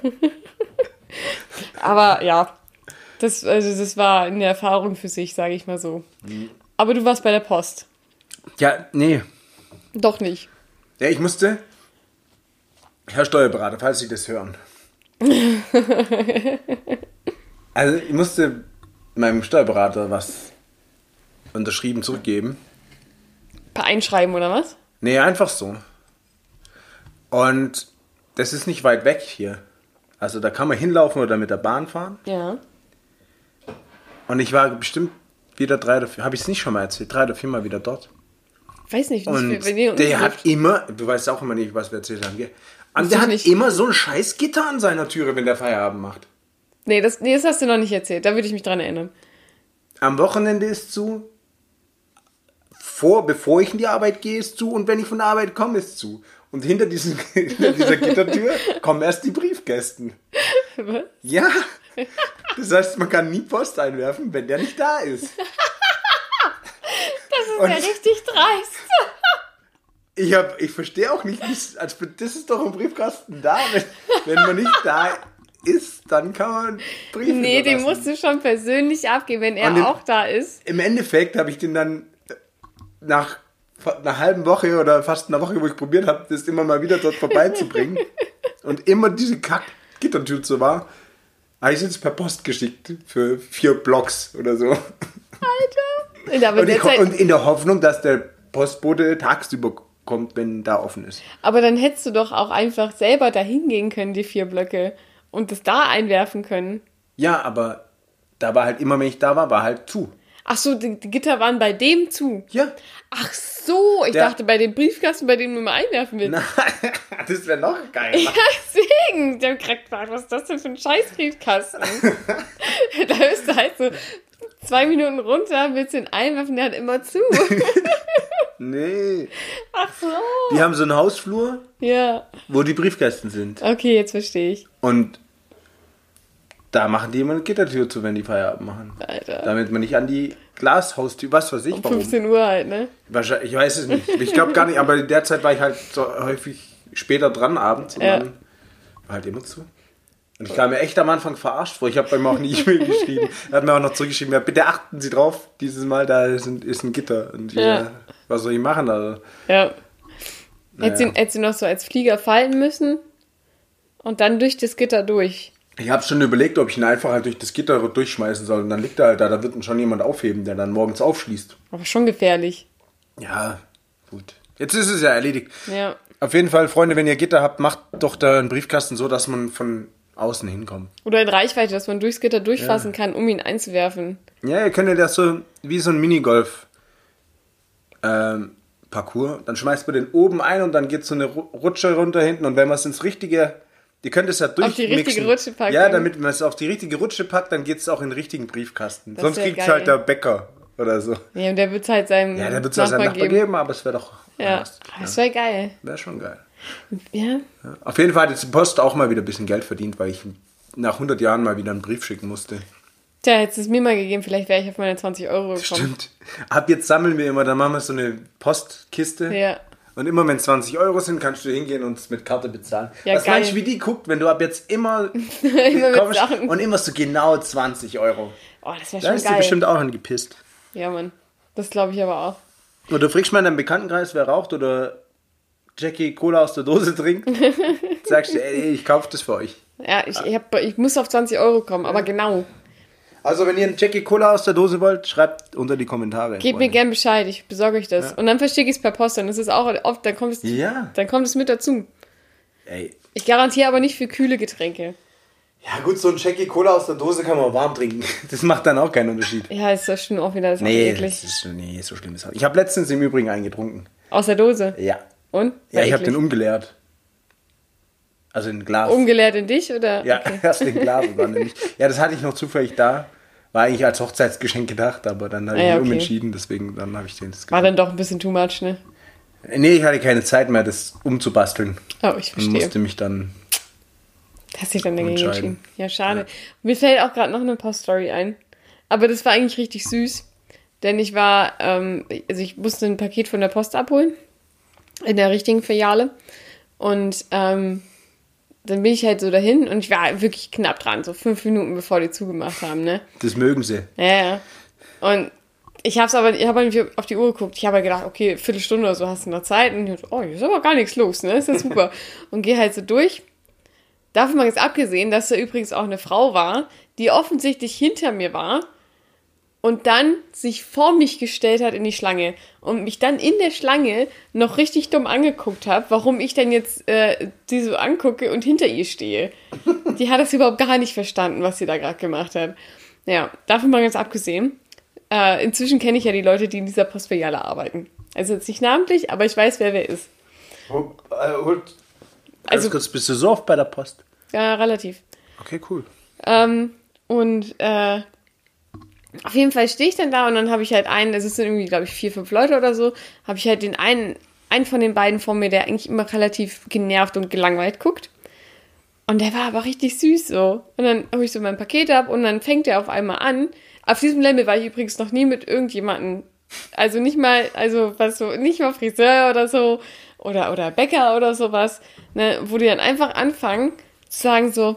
Aber ja, das war eine Erfahrung für sich, sage ich mal so. Aber du warst bei der Post. Ja, nee. Doch nicht. Ja, ich musste, Herr Steuerberater, falls Sie das hören. Also, ich musste meinem Steuerberater was unterschrieben zurückgeben. Per Einschreiben oder was? Nee, einfach so. Und das ist nicht weit weg hier. Also, da kann man hinlaufen oder mit der Bahn fahren. Ja. Und ich war bestimmt wieder 3 oder 4, habe ich es nicht schon mal erzählt, 3 oder 4 Mal wieder dort. Weiß nicht. Und der hat immer, du weißt auch immer nicht, was wir erzählt haben, gell? Und der hat nicht. immer so ein scheiß Gitter an seiner Türe, wenn der Feierabend macht. Nee, das hast du noch nicht erzählt. Da würde ich mich dran erinnern. Am Wochenende ist zu, bevor ich in die Arbeit gehe, ist zu und wenn ich von der Arbeit komme, ist zu. Und hinter dieser Gittertür kommen erst die Briefkästen. Was? Ja, das heißt, man kann nie Post einwerfen, wenn der nicht da ist. Das ist Und- ja richtig dreist. Ich verstehe auch nicht, das ist doch ein Briefkasten da. Wenn man nicht da ist, dann kann man Briefe Nee, den hinterlassen. musst du schon persönlich abgeben, wenn er Und den- auch da ist. Im Endeffekt habe ich den dann nach einer halben Woche oder fast einer Woche, wo ich probiert habe, das immer mal wieder dort vorbeizubringen und immer diese Kack-Gittertür so war, habe ich es jetzt per Post geschickt für 4 Blocks oder so. Aber, Und in der Hoffnung, dass der Postbote tagsüber kommt, wenn da offen ist. aber dann hättest du doch auch einfach selber dahin gehen können, die 4 Blöcke, und das da einwerfen können. Ja, aber da war halt immer, wenn ich da war halt zu. Ach so, die Gitter waren bei dem zu. Ja. Ach so, ich dachte bei dem Briefkasten, bei dem du mal einwerfen willst. Nein, das wäre noch geiler. Ja, deswegen. Der hat gerade gefragt, was ist das denn für ein Scheiß-Briefkasten? Da bist du halt so 2 Minuten runter, willst den einwerfen, der hat immer zu. Nee. Ach so. Die haben so einen Hausflur, Ja. wo die Briefkästen sind. Okay, jetzt verstehe ich. Und da machen die immer eine Gittertür zu, wenn die Feierabend machen. Alter. Damit man nicht an die Glashaustür, was weiß ich, warum. 15 Uhr halt, ne? Wahrscheinlich, ich weiß es nicht. Ich glaube gar nicht, aber in der Zeit war ich halt so häufig später dran abends und dann war halt immer zu. Und ich kam mir echt am Anfang verarscht vor. Ich habe ihm auch eine E-Mail geschrieben. Er hat mir auch noch zurückgeschrieben, ja, bitte achten Sie drauf, dieses Mal da ist ein Gitter. Und was soll ich machen? Also, Ja. naja. Hättest du noch so als Flieger fallen müssen und dann durch das Gitter durch. Ich habe schon überlegt, ob ich ihn einfach halt durch das Gitter durchschmeißen soll. Und dann liegt er halt da, da wird ihn schon jemand aufheben, der dann morgens aufschließt. Aber schon gefährlich. Ja, gut. Jetzt ist es ja erledigt. Ja. Auf jeden Fall, Freunde, wenn ihr Gitter habt, macht doch da einen Briefkasten so, dass man von außen hinkommt. Oder in Reichweite, dass man durchs Gitter durchfassen kann, um ihn einzuwerfen. Ja, ihr könnt ja das so wie so ein Minigolf Parcours. Dann schmeißt man den oben ein und dann geht so eine Rutsche runter hinten. Und wenn man es ins richtige, ihr könnt es ja durchmixen. Auf die richtige Rutsche packen. Ja, damit man es auf die richtige Rutsche packt, dann geht es auch in den richtigen Briefkasten. Das Sonst wär kriegt es geil. halt der Bäcker oder so. Ja, und der wird es halt seinem Ja, der wird es auch seinem Nachbar geben, aber es wäre doch Ja, anders. das wäre geil. Wäre schon geil. Ja. Ja. Auf jeden Fall hat jetzt die Post auch mal wieder ein bisschen Geld verdient, weil ich nach 100 Jahren mal wieder einen Brief schicken musste. Tja, hättest du es mir mal gegeben, vielleicht wäre ich auf meine 20 Euro gekommen. Stimmt. Ab jetzt sammeln wir immer, dann machen wir so eine Postkiste. Ja. Und immer wenn 20 Euro sind, kannst du hingehen und es mit Karte bezahlen. Ja, was geil. meinst du, wie die guckt, wenn du ab jetzt immer, Immer mit kommst Sachen. und immer so genau 20 Euro? Oh, das wäre Da schon ist sie geil. bestimmt auch angepisst. Ja, Mann. Das glaube ich aber auch. Oder du fragst mal in deinem Bekanntenkreis, wer raucht oder Jackie Cola aus der Dose trinkt. Sagst du, ey, ich kaufe das für euch. Ja, ich muss auf 20 Euro kommen, aber genau. Also wenn ihr einen Jackie Cola aus der Dose wollt, schreibt unter die Kommentare. Gebt mir gern Bescheid, ich besorge euch das. Und dann verstecke ich es per Post, dann ist es auch oft, dann kommt es mit dazu. Ey. Ich garantiere aber nicht für kühle Getränke. Ja gut, so ein Jackie Cola aus der Dose kann man warm trinken. Das macht dann auch keinen Unterschied. Ja, ist das schon auch wieder das Nee, eklig. so schlimm ist es. Ich habe letztens im Übrigen einen getrunken. Aus der Dose. Ja. Und? Ja, War ich habe eklig. den umgeleert. Also in ein Glas. Umgeleert in dich, oder? Ja, Okay. erst in Glas und dann nämlich. Ja, das hatte ich noch zufällig da. War eigentlich als Hochzeitsgeschenk gedacht, aber dann habe ich mich okay. umentschieden, deswegen dann habe ich den War dann doch ein bisschen too much, ne? Nee, ich hatte keine Zeit mehr, das umzubasteln. Oh, ich Und verstehe. musste mich dann. Hast dich dann dagegen entscheiden. entschieden. Ja, schade. Mir fällt auch gerade noch eine Poststory ein. Aber das war eigentlich richtig süß. Denn ich war, ich musste ein Paket von der Post abholen. In der richtigen Filiale. Und dann bin ich halt so dahin und ich war wirklich knapp dran, so 5 Minuten bevor die zugemacht haben, ne? Das mögen sie. Ja. Und ich habe nicht auf die Uhr geguckt. Ich habe halt gedacht, okay, Viertelstunde oder so hast du noch Zeit. Und ich dachte, oh, hier ist aber gar nichts los, ne? Ist ja super. Und gehe halt so durch. Davon mal jetzt abgesehen, dass da übrigens auch eine Frau war, die offensichtlich hinter mir war und dann sich vor mich gestellt hat in die Schlange und mich dann in der Schlange noch richtig dumm angeguckt hat, warum ich denn jetzt sie so angucke und hinter ihr stehe. Die hat das überhaupt gar nicht verstanden, was sie da gerade gemacht hat. Ja, davon mal ganz abgesehen. Inzwischen kenne ich ja die Leute, die in dieser Postfiliale arbeiten. Also jetzt nicht namentlich, aber ich weiß, wer ist. Also kurz, bist du so oft bei der Post? Ja, relativ. Okay, cool. Auf jeden Fall stehe ich dann da und dann habe ich halt es sind irgendwie, glaube ich, 4, 5 Leute oder so, habe ich halt den einen von den beiden vor mir, der eigentlich immer relativ genervt und gelangweilt guckt. Und der war aber richtig süß so. Und dann hole ich so mein Paket ab und dann fängt er auf einmal an. Auf diesem Level war ich übrigens noch nie mit irgendjemandem, also nicht mal Friseur oder so oder Bäcker oder sowas, ne, wo die dann einfach anfangen zu sagen so,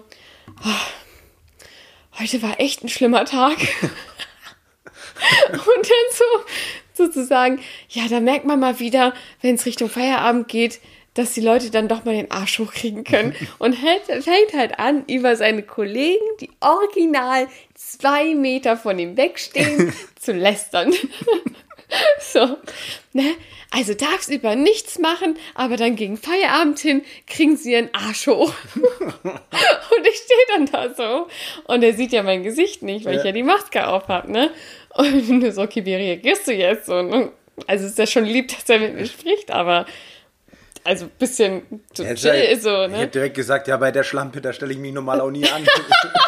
oh, heute war echt ein schlimmer Tag. Und dann sozusagen, ja, da merkt man mal wieder, wenn es Richtung Feierabend geht, dass die Leute dann doch mal den Arsch hochkriegen können. Und fängt halt an, über seine Kollegen, die original 2 Meter von ihm wegstehen, zu lästern. So, ne? Also tagsüber nichts machen, aber dann gegen Feierabend hin kriegen sie ihren Arsch hoch. Und ich stehe dann da so. Und er sieht ja mein Gesicht nicht, weil ich ja die Maske auf habe, ne? Und nur so, okay, wie reagierst du jetzt? Und also ist ja schon lieb, dass er mit mir spricht, aber also ein bisschen so chill, so, ne? Ich hätte direkt gesagt, ja, bei der Schlampe, da stelle ich mich normal auch nie an.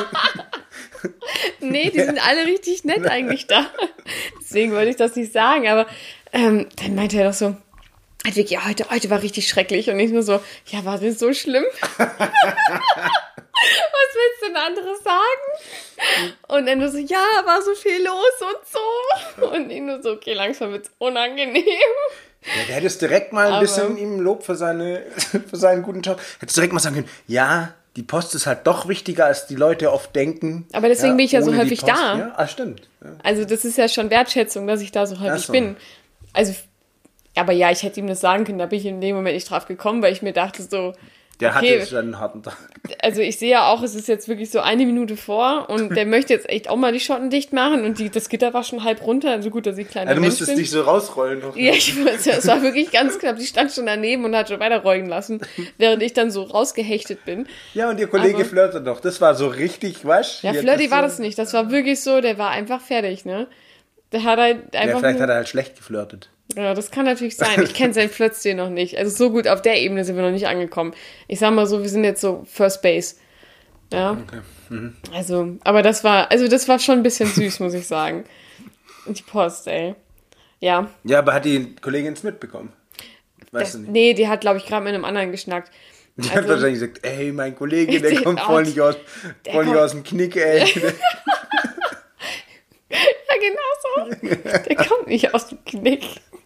Nee, die sind alle richtig nett eigentlich da. Deswegen wollte ich das nicht sagen, aber dann meinte er doch so, Vicky, ja, heute war richtig schrecklich. Und ich nur so, ja, war das so schlimm? Was willst du denn anderes sagen? Und er nur so, ja, war so viel los und so. Und ich nur so, okay, langsam wird's unangenehm. Ja, du hättest direkt mal ein bisschen ihm Lob für seinen guten Job. Hättest direkt mal sagen können, ja, die Post ist halt doch wichtiger, als die Leute oft denken. Aber deswegen bin ich ja so häufig da. Ja, stimmt. Ja. Also das ist ja schon Wertschätzung, dass ich da so häufig bin. Also, aber ja, ich hätte ihm das sagen können, da bin ich in dem Moment nicht drauf gekommen, weil ich mir dachte so, der hatte jetzt einen harten Tag. Also ich sehe ja auch, es ist jetzt wirklich so 1 Minute vor und der möchte jetzt echt auch mal die Schotten dicht machen und das Gitter war schon halb runter, also gut, dass ich kleiner Mensch bin. Du musstest dich so rausrollen. Noch. Ja, es war wirklich ganz knapp. Die stand schon daneben und hat schon weiterrollen lassen, während ich dann so rausgehechtet bin. Ja, und ihr Kollege flirtet doch. Das war so richtig, weißt du? Ja, flirty war das nicht. Das war wirklich so, der war einfach fertig, ne? Der hat halt einfach... Ja, vielleicht hat er halt schlecht geflirtet. Ja, das kann natürlich sein. Ich kenne seinen Flirtstil noch nicht. Also so gut auf der Ebene sind wir noch nicht angekommen. Ich sag mal so, wir sind jetzt so First Base. Ja. Okay. Mhm. Also, aber das war schon ein bisschen süß, muss ich sagen. Die Post, ey. Ja. Ja, aber hat die Kollegin es mitbekommen? Weißt du nicht? Nee, die hat, glaube ich, gerade mit einem anderen geschnackt. Die hat wahrscheinlich gesagt, ey, mein Kollege, der kommt voll nicht aus dem Knick, ey. Ja, genau so. Der kommt nicht aus dem Knick.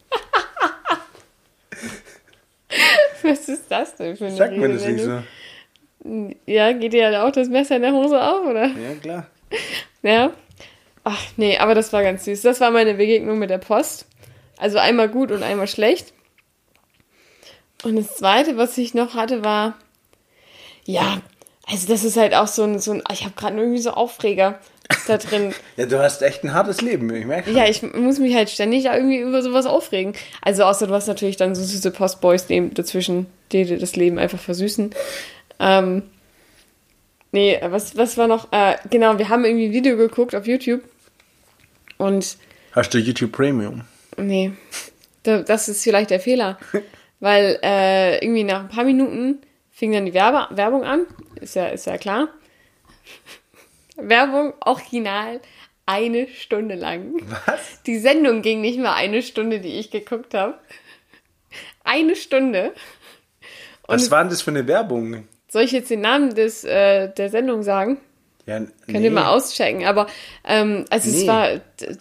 Was ist das denn für eine Sagt man das nicht so? Ja, geht dir halt auch das Messer in der Hose auf, oder? Ja, klar. Ja. Ach, nee, aber das war ganz süß. Das war meine Begegnung mit der Post. Also einmal gut und einmal schlecht. Und das Zweite, was ich noch hatte, war, ja, also das ist halt auch so ein ich habe gerade irgendwie so Aufreger da drin. Ja, du hast echt ein hartes Leben, ich merke. Ja, ich muss mich halt ständig irgendwie über sowas aufregen. Also außer du hast natürlich dann so süße Postboys dazwischen, die dir das Leben einfach versüßen. Nee, was war noch? Genau, wir haben irgendwie ein Video geguckt auf YouTube. Und hast du YouTube Premium? Nee, das ist vielleicht der Fehler. Weil irgendwie nach ein paar Minuten fing dann die Werbung an. Ist ja klar. Werbung original 1 Stunde lang. Was? Die Sendung ging nicht mal 1 Stunde, die ich geguckt habe. 1 Stunde. Und was war denn das für eine Werbung? Soll ich jetzt den Namen der Sendung sagen? Ja, Könnt ihr mal auschecken. Aber es war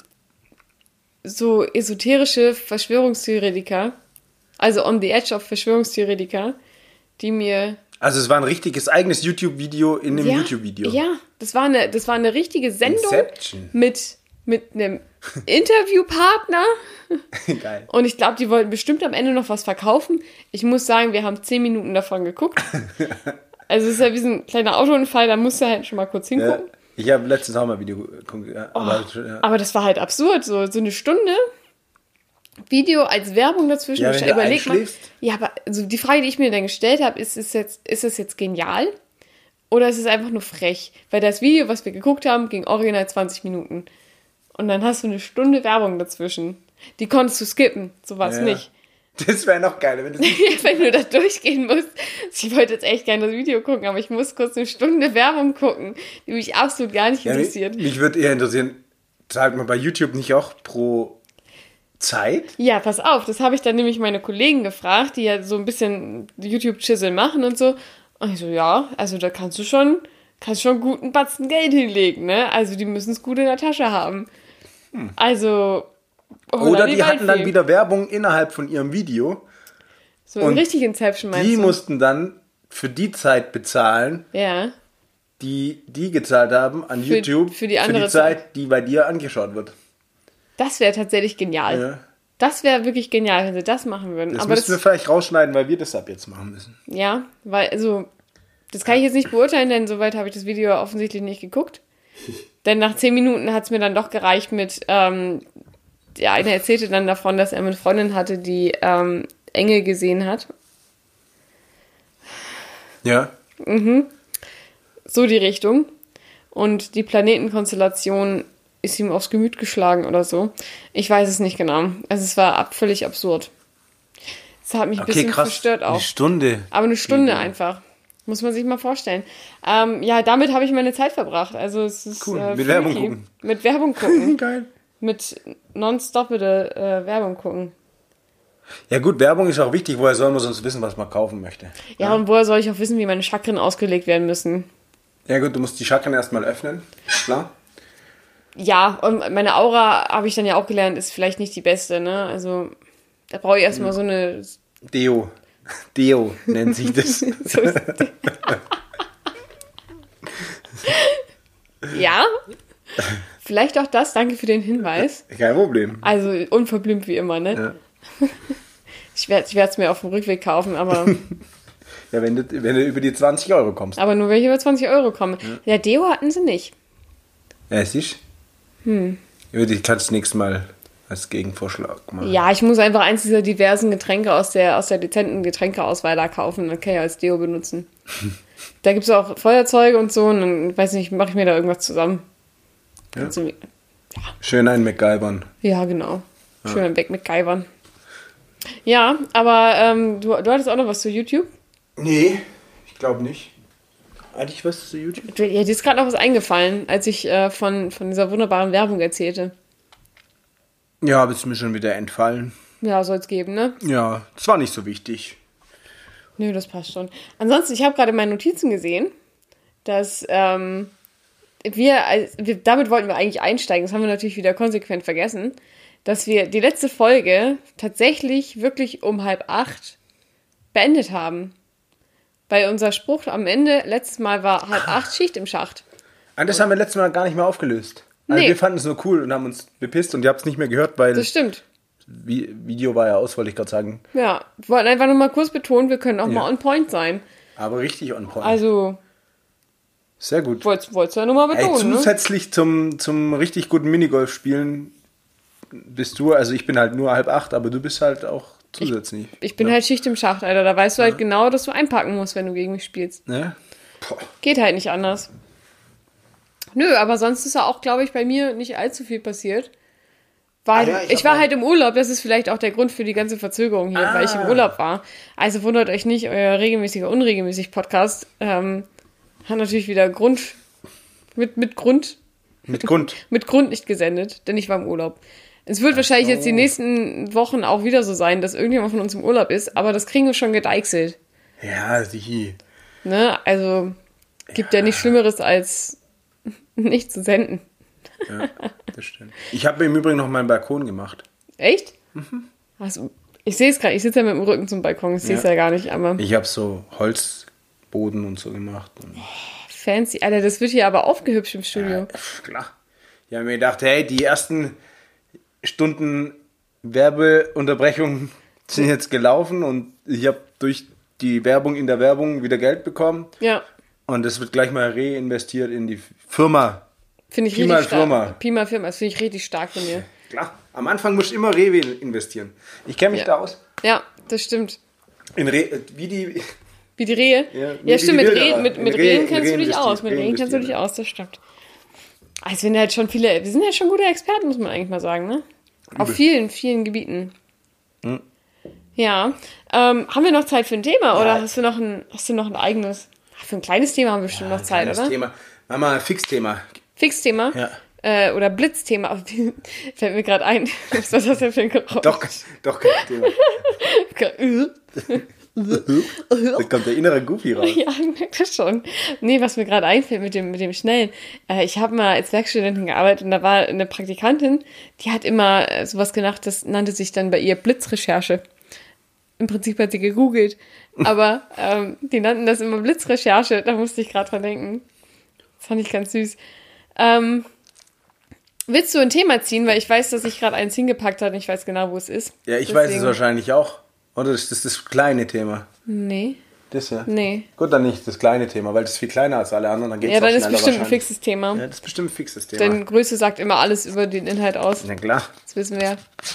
so esoterische Verschwörungstheoretiker, also on the edge of Verschwörungstheoretiker, die mir... Also es war ein richtiges eigenes YouTube-Video in einem YouTube-Video. Ja, das war eine richtige Sendung Inception. mit einem Interviewpartner. Geil. Und ich glaube, die wollten bestimmt am Ende noch was verkaufen. Ich muss sagen, wir haben 10 Minuten davon geguckt. Also es ist ja wie so ein kleiner Autounfall, da musst du halt schon mal kurz hingucken. Ja, ich habe letztens auch mal ein Video geguckt. Ja, aber das war halt absurd, so eine Stunde Video als Werbung dazwischen. Ja, wenn du überleg mal. einschläfst. Ja, aber also die Frage, die ich mir dann gestellt habe, ist es jetzt genial oder ist es einfach nur frech? Weil das Video, was wir geguckt haben, ging original 20 Minuten. Und dann hast du 1 Stunde Werbung dazwischen. Die konntest du skippen, so war es nicht. Das wäre noch geiler, wenn du wenn du da durchgehen musst. Ich wollte jetzt echt gerne das Video gucken, aber ich muss kurz 1 Stunde Werbung gucken, die mich absolut gar nicht interessiert. Mich würde eher interessieren, zahlt man bei YouTube nicht auch pro Zeit? Ja, pass auf, das habe ich dann nämlich meine Kollegen gefragt, die ja so ein bisschen YouTube-Chisel machen und so. Und ich so, ja, also da kannst du schon guten Batzen Geld hinlegen, ne? Also die müssen es gut in der Tasche haben. Also... Oder die hatten dann wieder Werbung innerhalb von ihrem Video. So ein richtig Inception meinst du? Die mussten dann für die Zeit bezahlen, die gezahlt haben an YouTube, für die Zeit, die bei dir angeschaut wird. Das wäre tatsächlich genial. Ja. Das wäre wirklich genial, wenn sie das machen würden. Das müssen wir vielleicht rausschneiden, weil wir das ab jetzt machen müssen. Ja, weil, also, das kann ich jetzt nicht beurteilen, denn soweit habe ich das Video offensichtlich nicht geguckt. Denn nach 10 Minuten hat es mir dann doch gereicht mit der eine erzählte dann davon, dass er eine Freundin hatte, die Engel gesehen hat. Ja. So die Richtung. Und die Planetenkonstellation ist ihm aufs Gemüt geschlagen oder so. Ich weiß es nicht genau. Also es war völlig absurd. Das hat mich ein bisschen verstört auch. Eine Stunde. Aber eine Stunde einfach. Muss man sich mal vorstellen. Ja, damit habe ich meine Zeit verbracht. Also es ist cool. Mit Werbung gucken. Mit Werbung gucken. Geil. Mit nonstoppede Werbung gucken. Ja gut, Werbung ist auch wichtig. Woher soll man sonst wissen, was man kaufen möchte? Ja, und woher soll ich auch wissen, wie meine Chakren ausgelegt werden müssen? Ja gut, du musst die Chakren erstmal öffnen. Klar. Ja, und meine Aura, habe ich dann ja auch gelernt, ist vielleicht nicht die beste, ne? Also da brauche ich erstmal so eine... Deo nennt sich das. Ja, vielleicht auch das. Danke für den Hinweis. Kein Problem. Also unverblümt wie immer, ne? Ja. Ich werde es mir auf dem Rückweg kaufen, aber... Ja, wenn du über die 20 Euro kommst. Aber nur, wenn ich über 20 Euro komme. Ja, Deo hatten sie nicht. Ja, siehst du? Ich kann es nächstes Mal als Gegenvorschlag machen. Ja, ich muss einfach eins dieser diversen Getränke aus der dezenten Getränkeauswahl da kaufen. Dann kann ich als Deo benutzen. Da gibt es auch Feuerzeuge und so. Und dann, weiß nicht, mache ich mir da irgendwas zusammen. Ja. Schön ein MacGyvern. Ja, genau. Schön ein Weg mit Geibern. Ja, aber du hattest auch noch was zu YouTube? Nee, ich glaube nicht. Eigentlich was zu YouTube? Ja, dir ist gerade noch was eingefallen, als ich von dieser wunderbaren Werbung erzählte. Ja, aber ist mir schon wieder entfallen. Ja, soll es geben, ne? Ja, das war nicht so wichtig. Nö, das passt schon. Ansonsten, ich habe gerade in meinen Notizen gesehen, dass damit wollten wir eigentlich einsteigen, das haben wir natürlich wieder konsequent vergessen, dass wir die letzte Folge tatsächlich wirklich um 7:30 beendet haben. Weil unser Spruch am Ende letztes Mal war 7:30 Schicht im Schacht. Und das haben wir letztes Mal gar nicht mehr aufgelöst. Also wir fanden es nur cool und haben uns bepisst und ihr habt es nicht mehr gehört, weil... Das stimmt. Video war ja aus, wollte ich gerade sagen. Ja, wir wollten einfach nur mal kurz betonen, wir können auch mal on point sein. Aber richtig on point. Also... Sehr gut. Wolltest du ja nur mal betonen, zusätzlich zum richtig guten Minigolf-Spielen bist du, also ich bin halt nur 7:30, aber du bist halt auch zusätzlich. Ich bin halt Schicht im Schacht, Alter. Da weißt du halt genau, dass du einpacken musst, wenn du gegen mich spielst. Ja? Geht halt nicht anders. Nö, aber sonst ist ja auch, glaube ich, bei mir nicht allzu viel passiert. Ich war halt im Urlaub, das ist vielleicht auch der Grund für die ganze Verzögerung hier, weil ich im Urlaub war. Also wundert euch nicht, euer regelmäßiger, unregelmäßig Podcast hat natürlich wieder mit Grund nicht gesendet, denn ich war im Urlaub. Es wird wahrscheinlich jetzt die nächsten Wochen auch wieder so sein, dass irgendjemand von uns im Urlaub ist, aber das kriegen wir schon gedeichselt. Ja, sicher. Ne, also gibt ja nichts Schlimmeres als nicht zu senden. Ja, das stimmt. Ich habe im Übrigen noch meinen Balkon gemacht. Echt? Also, ich sehe es gerade, ich sitze ja mit dem Rücken zum Balkon, ich sehe es ja gar nicht, aber... Ich habe so Holzboden und so gemacht. Und fancy, Alter, das wird hier aber aufgehübscht im Studio. Ja, klar. Ich habe mir gedacht, hey, die ersten Stunden Werbeunterbrechung sind jetzt gelaufen und ich habe durch die Werbung in der Werbung wieder Geld bekommen. Ja. Und das wird gleich mal reinvestiert in die Firma. Finde ich richtig stark. Pi mal Firma, das finde ich richtig stark von dir. Klar, am Anfang musst du immer investieren. Ich kenne mich da aus. Ja, das stimmt. Wie die Rehe? Ja, stimmt, mit Rehen kennst du dich aus. Mit Rehen kennst du dich aus, das stimmt. Also wir sind halt schon gute Experten, muss man eigentlich mal sagen, ne? Auf vielen, vielen Gebieten. Ja. Haben wir noch Zeit für ein Thema oder hast du noch ein eigenes? Für ein kleines Thema haben wir bestimmt noch Zeit, oder? Thema. Machen wir ein Fixthema. Fixthema? Ja. Oder Blitzthema. Fällt mir gerade ein. Was ist das denn für ein Geräusch? Doch kein Thema. Da kommt der innere Goofy raus. Ja, ich merke das schon. Nee, was mir gerade einfällt mit dem Schnellen. Ich habe mal als Werkstudentin gearbeitet und da war eine Praktikantin, die hat immer sowas gemacht, das nannte sich dann bei ihr Blitzrecherche. Im Prinzip hat sie gegoogelt, aber die nannten das immer Blitzrecherche. Da musste ich gerade dran denken. Das fand ich ganz süß. Willst du ein Thema ziehen? Weil ich weiß, dass ich gerade eins hingepackt habe und ich weiß genau, wo es ist. Ja, ich weiß es wahrscheinlich auch. Oder ist das kleine Thema? Nee. Das ja? Nee. Gut, dann nicht das kleine Thema, weil das ist viel kleiner als alle anderen. Dann geht's Ja, auch dann ist schneller bestimmt ein wahrscheinlich. fixes Thema. Ja, das ist bestimmt ein fixes Thema. Denn Größe sagt immer alles über den Inhalt aus. Na klar. Das wissen wir ja.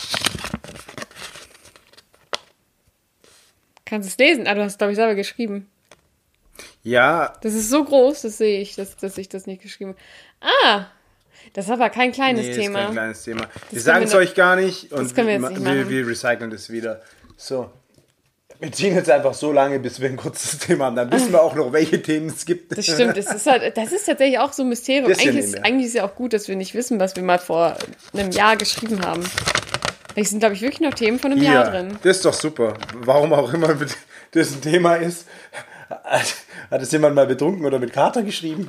Kannst du es lesen? Ah, du hast, glaube ich, selber geschrieben. Ja, Das ist so groß, das sehe ich, dass ich das nicht geschrieben habe. Ah, das ist aber kein kleines nee, Thema. ist kein kleines Thema. Wir können sagen es wir euch gar nicht und können wir jetzt nicht machen. wir recyceln das wieder. So. Wir ziehen jetzt einfach so lange, bis wir ein kurzes Thema haben. Dann wissen wir auch noch, welche Themen es gibt. Das stimmt, das ist tatsächlich auch so ein Mysterium. Bisschen Eigentlich ist ja auch gut, dass wir nicht wissen, was wir mal vor einem Jahr geschrieben haben. Es sind, glaube ich, wirklich noch Themen von einem Jahr drin. Das ist doch super. Warum auch immer das ein Thema ist. Hat es jemand mal betrunken oder mit Kater geschrieben?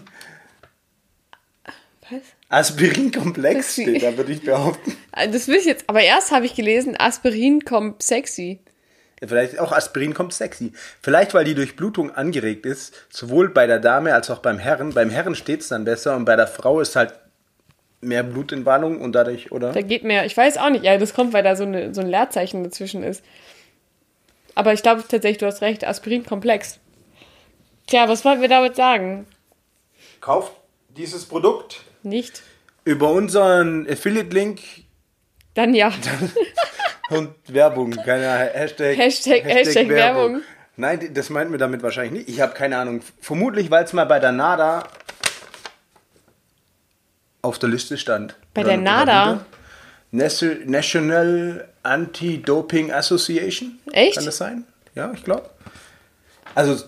Was? Aspirinkomplex steht, da würde ich behaupten. Das will ich jetzt, aber erst habe ich gelesen, Aspirin kommt sexy. Vielleicht auch Aspirin kommt sexy. Vielleicht, weil die Durchblutung angeregt ist, sowohl bei der Dame als auch beim Herren. Beim Herren steht es dann besser und bei der Frau ist halt mehr Blut in Wallung und dadurch, oder? Da geht mehr, ich weiß auch nicht, ja, das kommt, weil da so ein Leerzeichen dazwischen ist. Aber ich glaube tatsächlich, du hast recht, Aspirinkomplex. Tja, was wollten wir damit sagen? Kauft dieses Produkt Nicht? über unseren Affiliate-Link Dann ja. und Werbung, keine Hashtag Werbung. Nein, das meinten wir damit wahrscheinlich nicht. Ich habe keine Ahnung. Vermutlich, weil es mal bei der NADA auf der Liste stand. Bei der NADA? National Anti-Doping Association. Echt? Kann das sein? Ja, ich glaube. Also,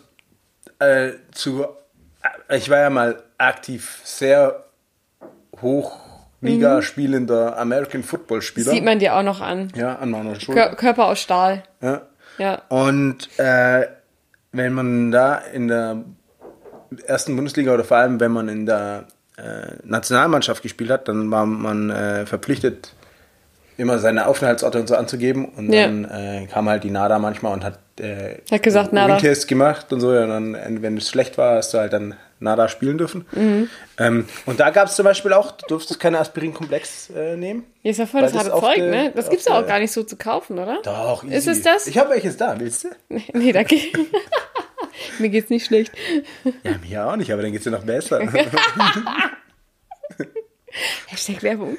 ich war ja mal aktiv sehr Hochliga spielender American Football Spieler. Sieht man dir auch noch an. Ja, an meiner Schulter. Körper aus Stahl. Ja. Ja. Und wenn man da in der ersten Bundesliga oder vor allem wenn man in der Nationalmannschaft gespielt hat, dann war man verpflichtet, immer seine Aufenthaltsorte und so anzugeben. Und dann kam halt die NADA manchmal und hat gesagt, NADA. Test gemacht und so. Und dann, wenn es schlecht war, hast du halt dann NADA spielen dürfen. Und da gab es zum Beispiel auch, du durftest keine Aspirinkomplex nehmen. Hier ist ja voll das harte Zeug, ne? Das gibt's ja auch gar nicht so zu kaufen, oder? Doch, easy. Ist es das? Ich habe welches da, willst du? Nee, danke. Mir geht's nicht schlecht. Ja, mir auch nicht, aber dann geht's dir noch besser. Hashtag Werbung.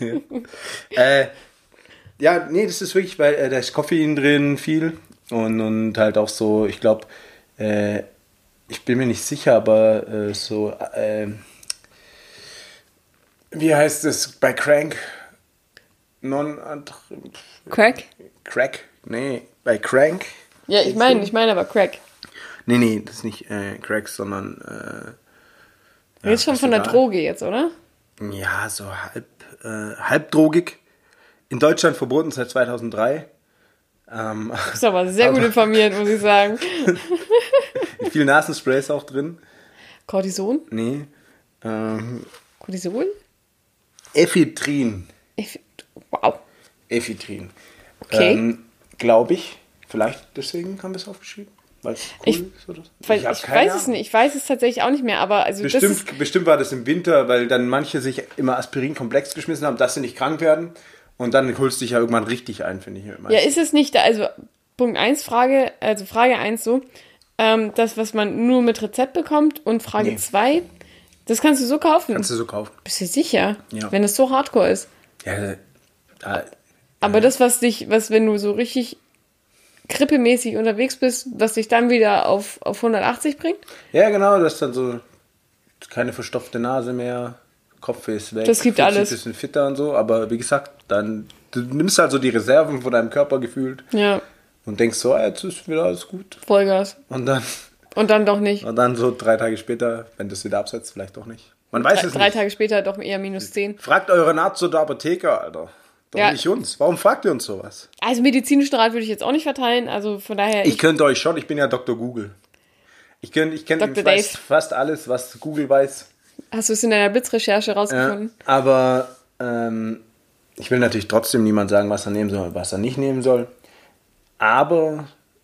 Ja, nee, das ist wirklich, weil da ist Koffein drin viel und halt auch so, ich glaube, ich bin mir nicht sicher, aber wie heißt es bei Crank? Crack? Crack? Nee, bei Crank? Ja, ich meine aber Crack. Nee, das ist nicht Crack, sondern Du redest schon von der Droge jetzt, oder? Ja, so halbdrogig. In Deutschland verboten seit 2003. Du bist aber sehr gut informiert, muss ich sagen. Viel Nasensprays auch drin. Cortison? Nee. Cortisol? Ephedrin. Wow. Ephedrin. Okay. Glaube ich. Vielleicht deswegen haben wir es aufgeschrieben. Weil es cool ist oder so. Ich weiß es nicht. Ich weiß es tatsächlich auch nicht mehr, aber also bestimmt war das im Winter, weil dann manche sich immer Aspirinkomplex geschmissen haben, dass sie nicht krank werden. Und dann holst du dich ja irgendwann richtig ein, finde ich. Ja, ist es nicht, also Punkt 1, Frage 1 so, das, was man nur mit Rezept bekommt und Frage 2, das kannst du so kaufen. Kannst du so kaufen. Bist du sicher? Ja. Wenn das so hardcore ist. Ja, Aber das, wenn du so richtig grippemäßig unterwegs bist, was dich dann wieder auf 180 bringt? Ja, genau, das ist dann so keine verstopfte Nase mehr. Kopf ist weg. Das gibt alles. Ein bisschen fitter und so, aber wie gesagt, dann du nimmst halt so die Reserven von deinem Körper gefühlt Ja. und denkst so, jetzt ist wieder alles gut. Vollgas. Und dann doch nicht. Und dann so 3 Tage später, wenn du es wieder absetzt, vielleicht doch nicht. Man weiß es nicht. 3 Tage später doch eher -10. Fragt euren Arzt oder Apotheker, Alter. Doch nicht uns. Warum fragt ihr uns sowas? Also medizinischen Rat würde ich jetzt auch nicht verteilen, also von daher... Ich könnte euch schon, ich bin ja Dr. Google. Ich weiß fast alles, was Google weiß. Hast du es in deiner Blitzrecherche rausgefunden? Ja, aber ich will natürlich trotzdem niemand sagen, was er nehmen soll, was er nicht nehmen soll. Aber...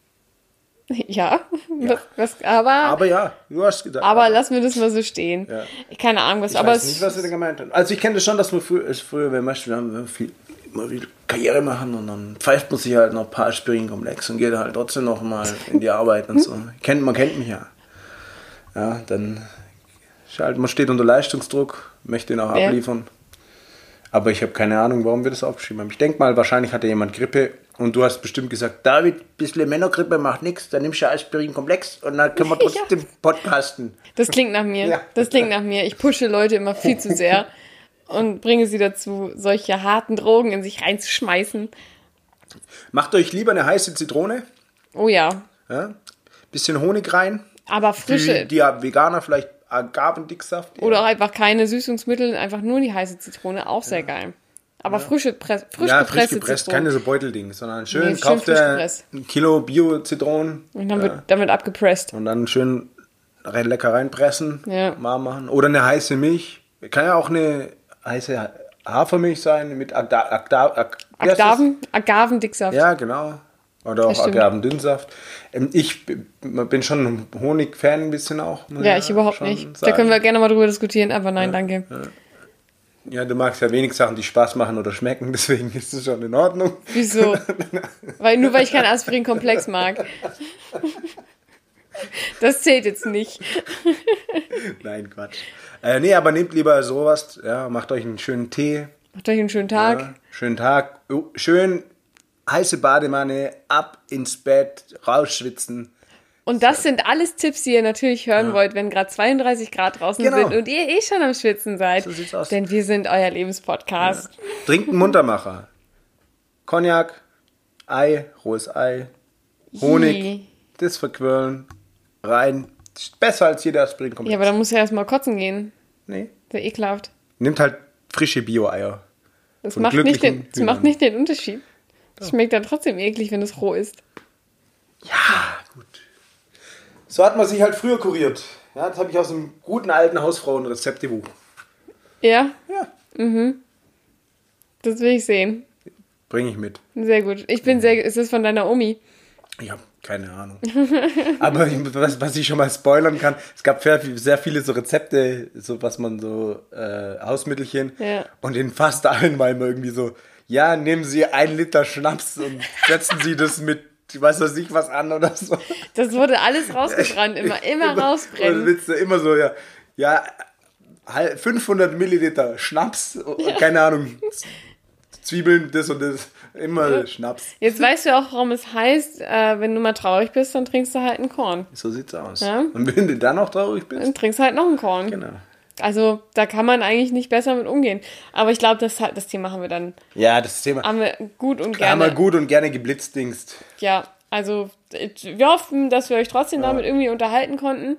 Ja. Aber ja, du hast gesagt. Aber lassen wir das mal so stehen. Ja. Keine Ahnung, was... Ich weiß nicht, was er da gemeint hat. Also ich kenne das schon, dass man früher wenn man mal wieder Karriere machen und dann pfeift man sich halt noch ein paar Aspirin-Komplex und geht halt trotzdem noch mal in die Arbeit und so. Man kennt mich ja. Ja, dann man steht unter Leistungsdruck, möchte ihn auch abliefern. Aber ich habe keine Ahnung, warum wir das aufgeschrieben haben. Ich denke mal, wahrscheinlich hatte jemand Grippe und du hast bestimmt gesagt, David, ein bisschen Männergrippe macht nichts, dann nimmst du Aspirin-Komplex und dann können wir trotzdem podcasten. Das klingt nach mir. Ja. Das klingt nach mir. Ich pushe Leute immer viel zu sehr und bringe sie dazu, solche harten Drogen in sich reinzuschmeißen. Macht euch lieber eine heiße Zitrone. Oh ja. Bisschen Honig rein. Aber frische. Die Veganer vielleicht Agavendicksaft. Oder auch einfach keine Süßungsmittel, einfach nur die heiße Zitrone, auch sehr geil. Aber frisch gepresste gepresst, Zitrone. keine so Beutelding, sondern schön kauft ihr ein Kilo Bio-Zitronen. Und dann wird damit abgepresst. Und dann schön lecker reinpressen, warm machen. Oder eine heiße Milch. Kann ja auch eine heiße Hafermilch sein mit Agavendicksaft. Ja, genau. Oder auch Agavendünnsaft. Ich bin schon ein Honig-Fan ein bisschen auch. Ja, ich überhaupt nicht. Sagen. Da können wir gerne mal drüber diskutieren, aber nein, danke. Ja, du magst ja wenig Sachen, die Spaß machen oder schmecken, deswegen ist es schon in Ordnung. Wieso? Weil ich keinen Aspirin-Komplex mag. Das zählt jetzt nicht. Nein, Quatsch. Nee, aber nehmt lieber sowas, macht euch einen schönen Tee. Macht euch einen schönen Tag. Ja, schönen Tag. Schön heiße Badewanne, ab ins Bett, rausschwitzen. Und das sind alles Tipps, die ihr natürlich hören wollt, wenn gerade 32 Grad draußen sind und ihr schon am Schwitzen seid. So sieht's aus. Denn wir sind euer Lebenspodcast. Ja. Trinkt einen Muntermacher. Cognac, Ei, rohes Ei, Honig, das verquirlen, rein. Besser als jeder Aspirin-Komplex. Ja, aber dann muss ja erstmal kotzen gehen. Nee. Sehr ekelhaft. Nimmt halt frische Bio-Eier. Das macht nicht den Unterschied. Das schmeckt dann trotzdem eklig, wenn es roh ist. Ja, gut. So hat man sich halt früher kuriert. Ja, das habe ich aus einem guten alten Hausfrauen-Rezeptebuch. Ja? Ja. Mhm. Das will ich sehen. Bringe ich mit. Sehr gut. Ist das von deiner Omi? Ich habe keine Ahnung. Aber was ich schon mal spoilern kann, es gab sehr viele so Rezepte, so was man so, Hausmittelchen. Ja. Und in fast allen war immer irgendwie so, ja, nehmen Sie 1 Liter Schnaps und setzen Sie das mit, weiß ich was an oder so. Das wurde alles rausgebrannt, immer rausbrennen. Und willst du immer so, ja, 500 Milliliter Schnaps, keine Ahnung, Zwiebeln, das und das, immer Schnaps. Jetzt weißt du auch, warum es heißt, wenn du mal traurig bist, dann trinkst du halt ein Korn. So sieht's aus. Ja? Und wenn du dann noch traurig bist? Dann trinkst du halt noch ein Korn. Genau. Also, da kann man eigentlich nicht besser mit umgehen. Aber ich glaube, das Thema haben wir dann. Ja, das Thema. Haben wir gut und gerne. Haben wir gut und gerne geblitzdingst. Ja, also, wir hoffen, dass wir euch trotzdem damit irgendwie unterhalten konnten.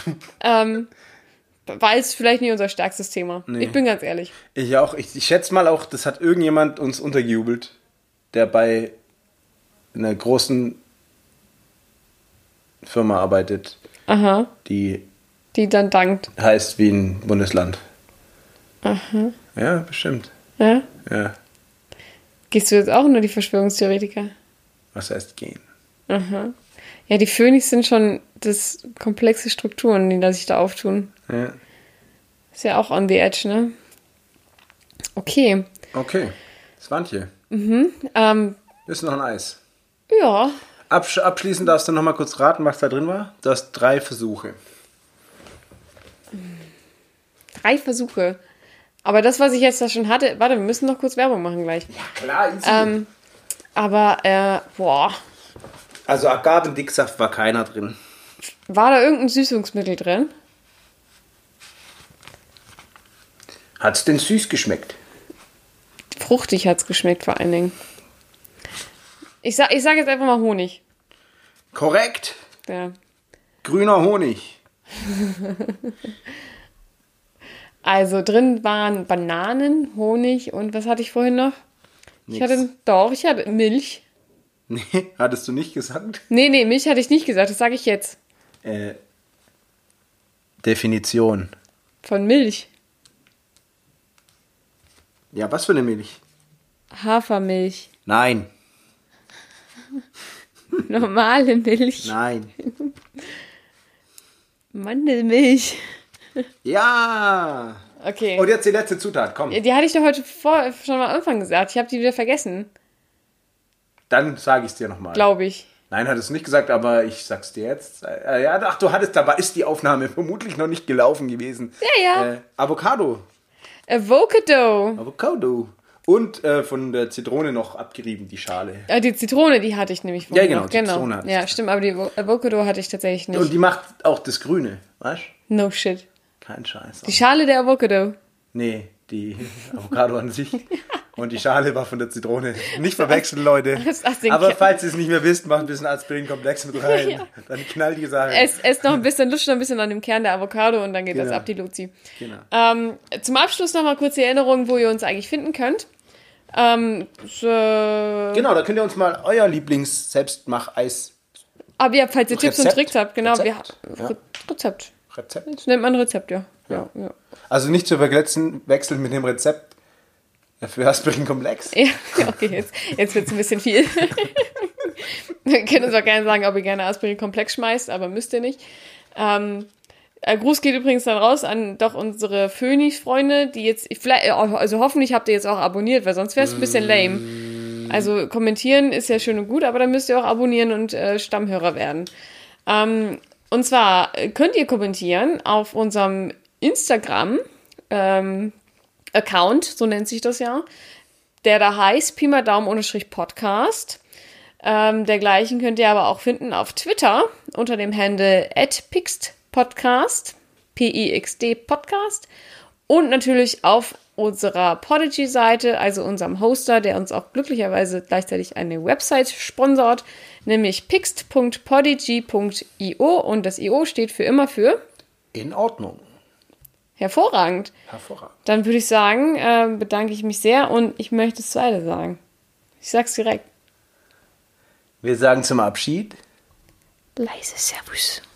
Weil es vielleicht nicht unser stärkstes Thema. Nee. Ich bin ganz ehrlich. Ich auch. Ich schätze mal auch, das hat irgendjemand uns untergejubelt, der bei einer großen Firma arbeitet. Aha. Die dann dankt. Heißt wie ein Bundesland. Aha. Ja, bestimmt. Ja? Ja. Gehst du jetzt auch nur die Verschwörungstheoretiker? Was heißt gehen? Aha. Ja, die Phönix sind schon das komplexe Strukturen, die sich da auftun. Ja. Ist ja auch on the edge, ne? Okay. Okay. Swantje. Mhm. Ist noch ein Eis. Ja. Abschließend darfst du noch mal kurz raten, was da drin war. Du hast 3 Versuche. 3 Versuche. Aber das, was ich jetzt da schon hatte... Warte, wir müssen noch kurz Werbung machen gleich. Ja, klar. Easy. Aber, boah. Also Agavendicksaft war keiner drin. War da irgendein Süßungsmittel drin? Hat's denn süß geschmeckt? Fruchtig hat's geschmeckt vor allen Dingen. Ich sag jetzt einfach mal Honig. Korrekt. Ja. Grüner Honig. Also drin waren Bananen, Honig und was hatte ich vorhin noch? Nix. Ich hatte Milch. Nee, hattest du nicht gesagt? Nee, Milch hatte ich nicht gesagt, das sage ich jetzt. Definition. Von Milch. Ja, was für eine Milch? Hafermilch. Nein. Normale Milch. Nein. Mandelmilch. Ja. Okay. Und jetzt die letzte Zutat, komm. Die hatte ich doch heute schon am Anfang gesagt. Ich habe die wieder vergessen. Dann sage ich es dir nochmal. Glaube ich. Nein, hattest du nicht gesagt, aber ich sag's dir jetzt. Ja, ach, du hattest, da ist die Aufnahme vermutlich noch nicht gelaufen gewesen. Ja. Avocado. Avocado. Und von der Zitrone noch abgerieben, die Schale. Die Zitrone, die hatte ich nämlich vorhin Ja, genau, noch. die Zitrone hattest Ja, du. stimmt, aber die Avocado hatte ich tatsächlich nicht. Und die macht auch das Grüne, weißt du? No shit. Kein Scheiß. Die Schale der Avocado. Nee, die Avocado an sich. Und die Schale war von der Zitrone. Nicht verwechseln, Leute. Aber falls ihr es nicht mehr wisst, macht ein bisschen Aspirin-Komplex mit rein. Ja. Dann knallt die Sache. Esst noch ein bisschen, lutscht noch ein bisschen an dem Kern der Avocado und dann geht das ab, die Luzi. Genau. Zum Abschluss noch mal kurz die Erinnerung, wo ihr uns eigentlich finden könnt. Genau, da könnt ihr uns mal euer Lieblings-Selbstmach-Eis. Aber ja, falls ihr Tipps und Tricks habt, genau. Rezept. Das nennt man Rezept, ja. Also nicht zu wechseln mit dem Rezept für Aspirin-Komplex. Ja, okay, jetzt wird es ein bisschen viel. Wir können uns auch gerne sagen, ob ihr gerne Aspirin-Komplex schmeißt, aber müsst ihr nicht. Gruß geht übrigens dann raus an doch unsere Phöni-Freunde, die jetzt, also hoffentlich habt ihr jetzt auch abonniert, weil sonst wäre es ein bisschen lame. Also kommentieren ist ja schön und gut, aber dann müsst ihr auch abonnieren und Stammhörer werden. Und zwar könnt ihr kommentieren auf unserem Instagram-Account, so nennt sich das ja, der da heißt Pi mal Daumen _Podcast. Dergleichen könnt ihr aber auch finden auf Twitter unter dem Handle @pixdpodcast, PIXD Podcast, und natürlich auf unserer Podigy-Seite, also unserem Hoster, der uns auch glücklicherweise gleichzeitig eine Website sponsort, nämlich pixt.podigy.io, und das IO steht für immer für In Ordnung. Hervorragend. Dann würde ich sagen, bedanke ich mich sehr und ich möchte das Zweite sagen. Ich sag's direkt. Wir sagen zum Abschied Leise Servus.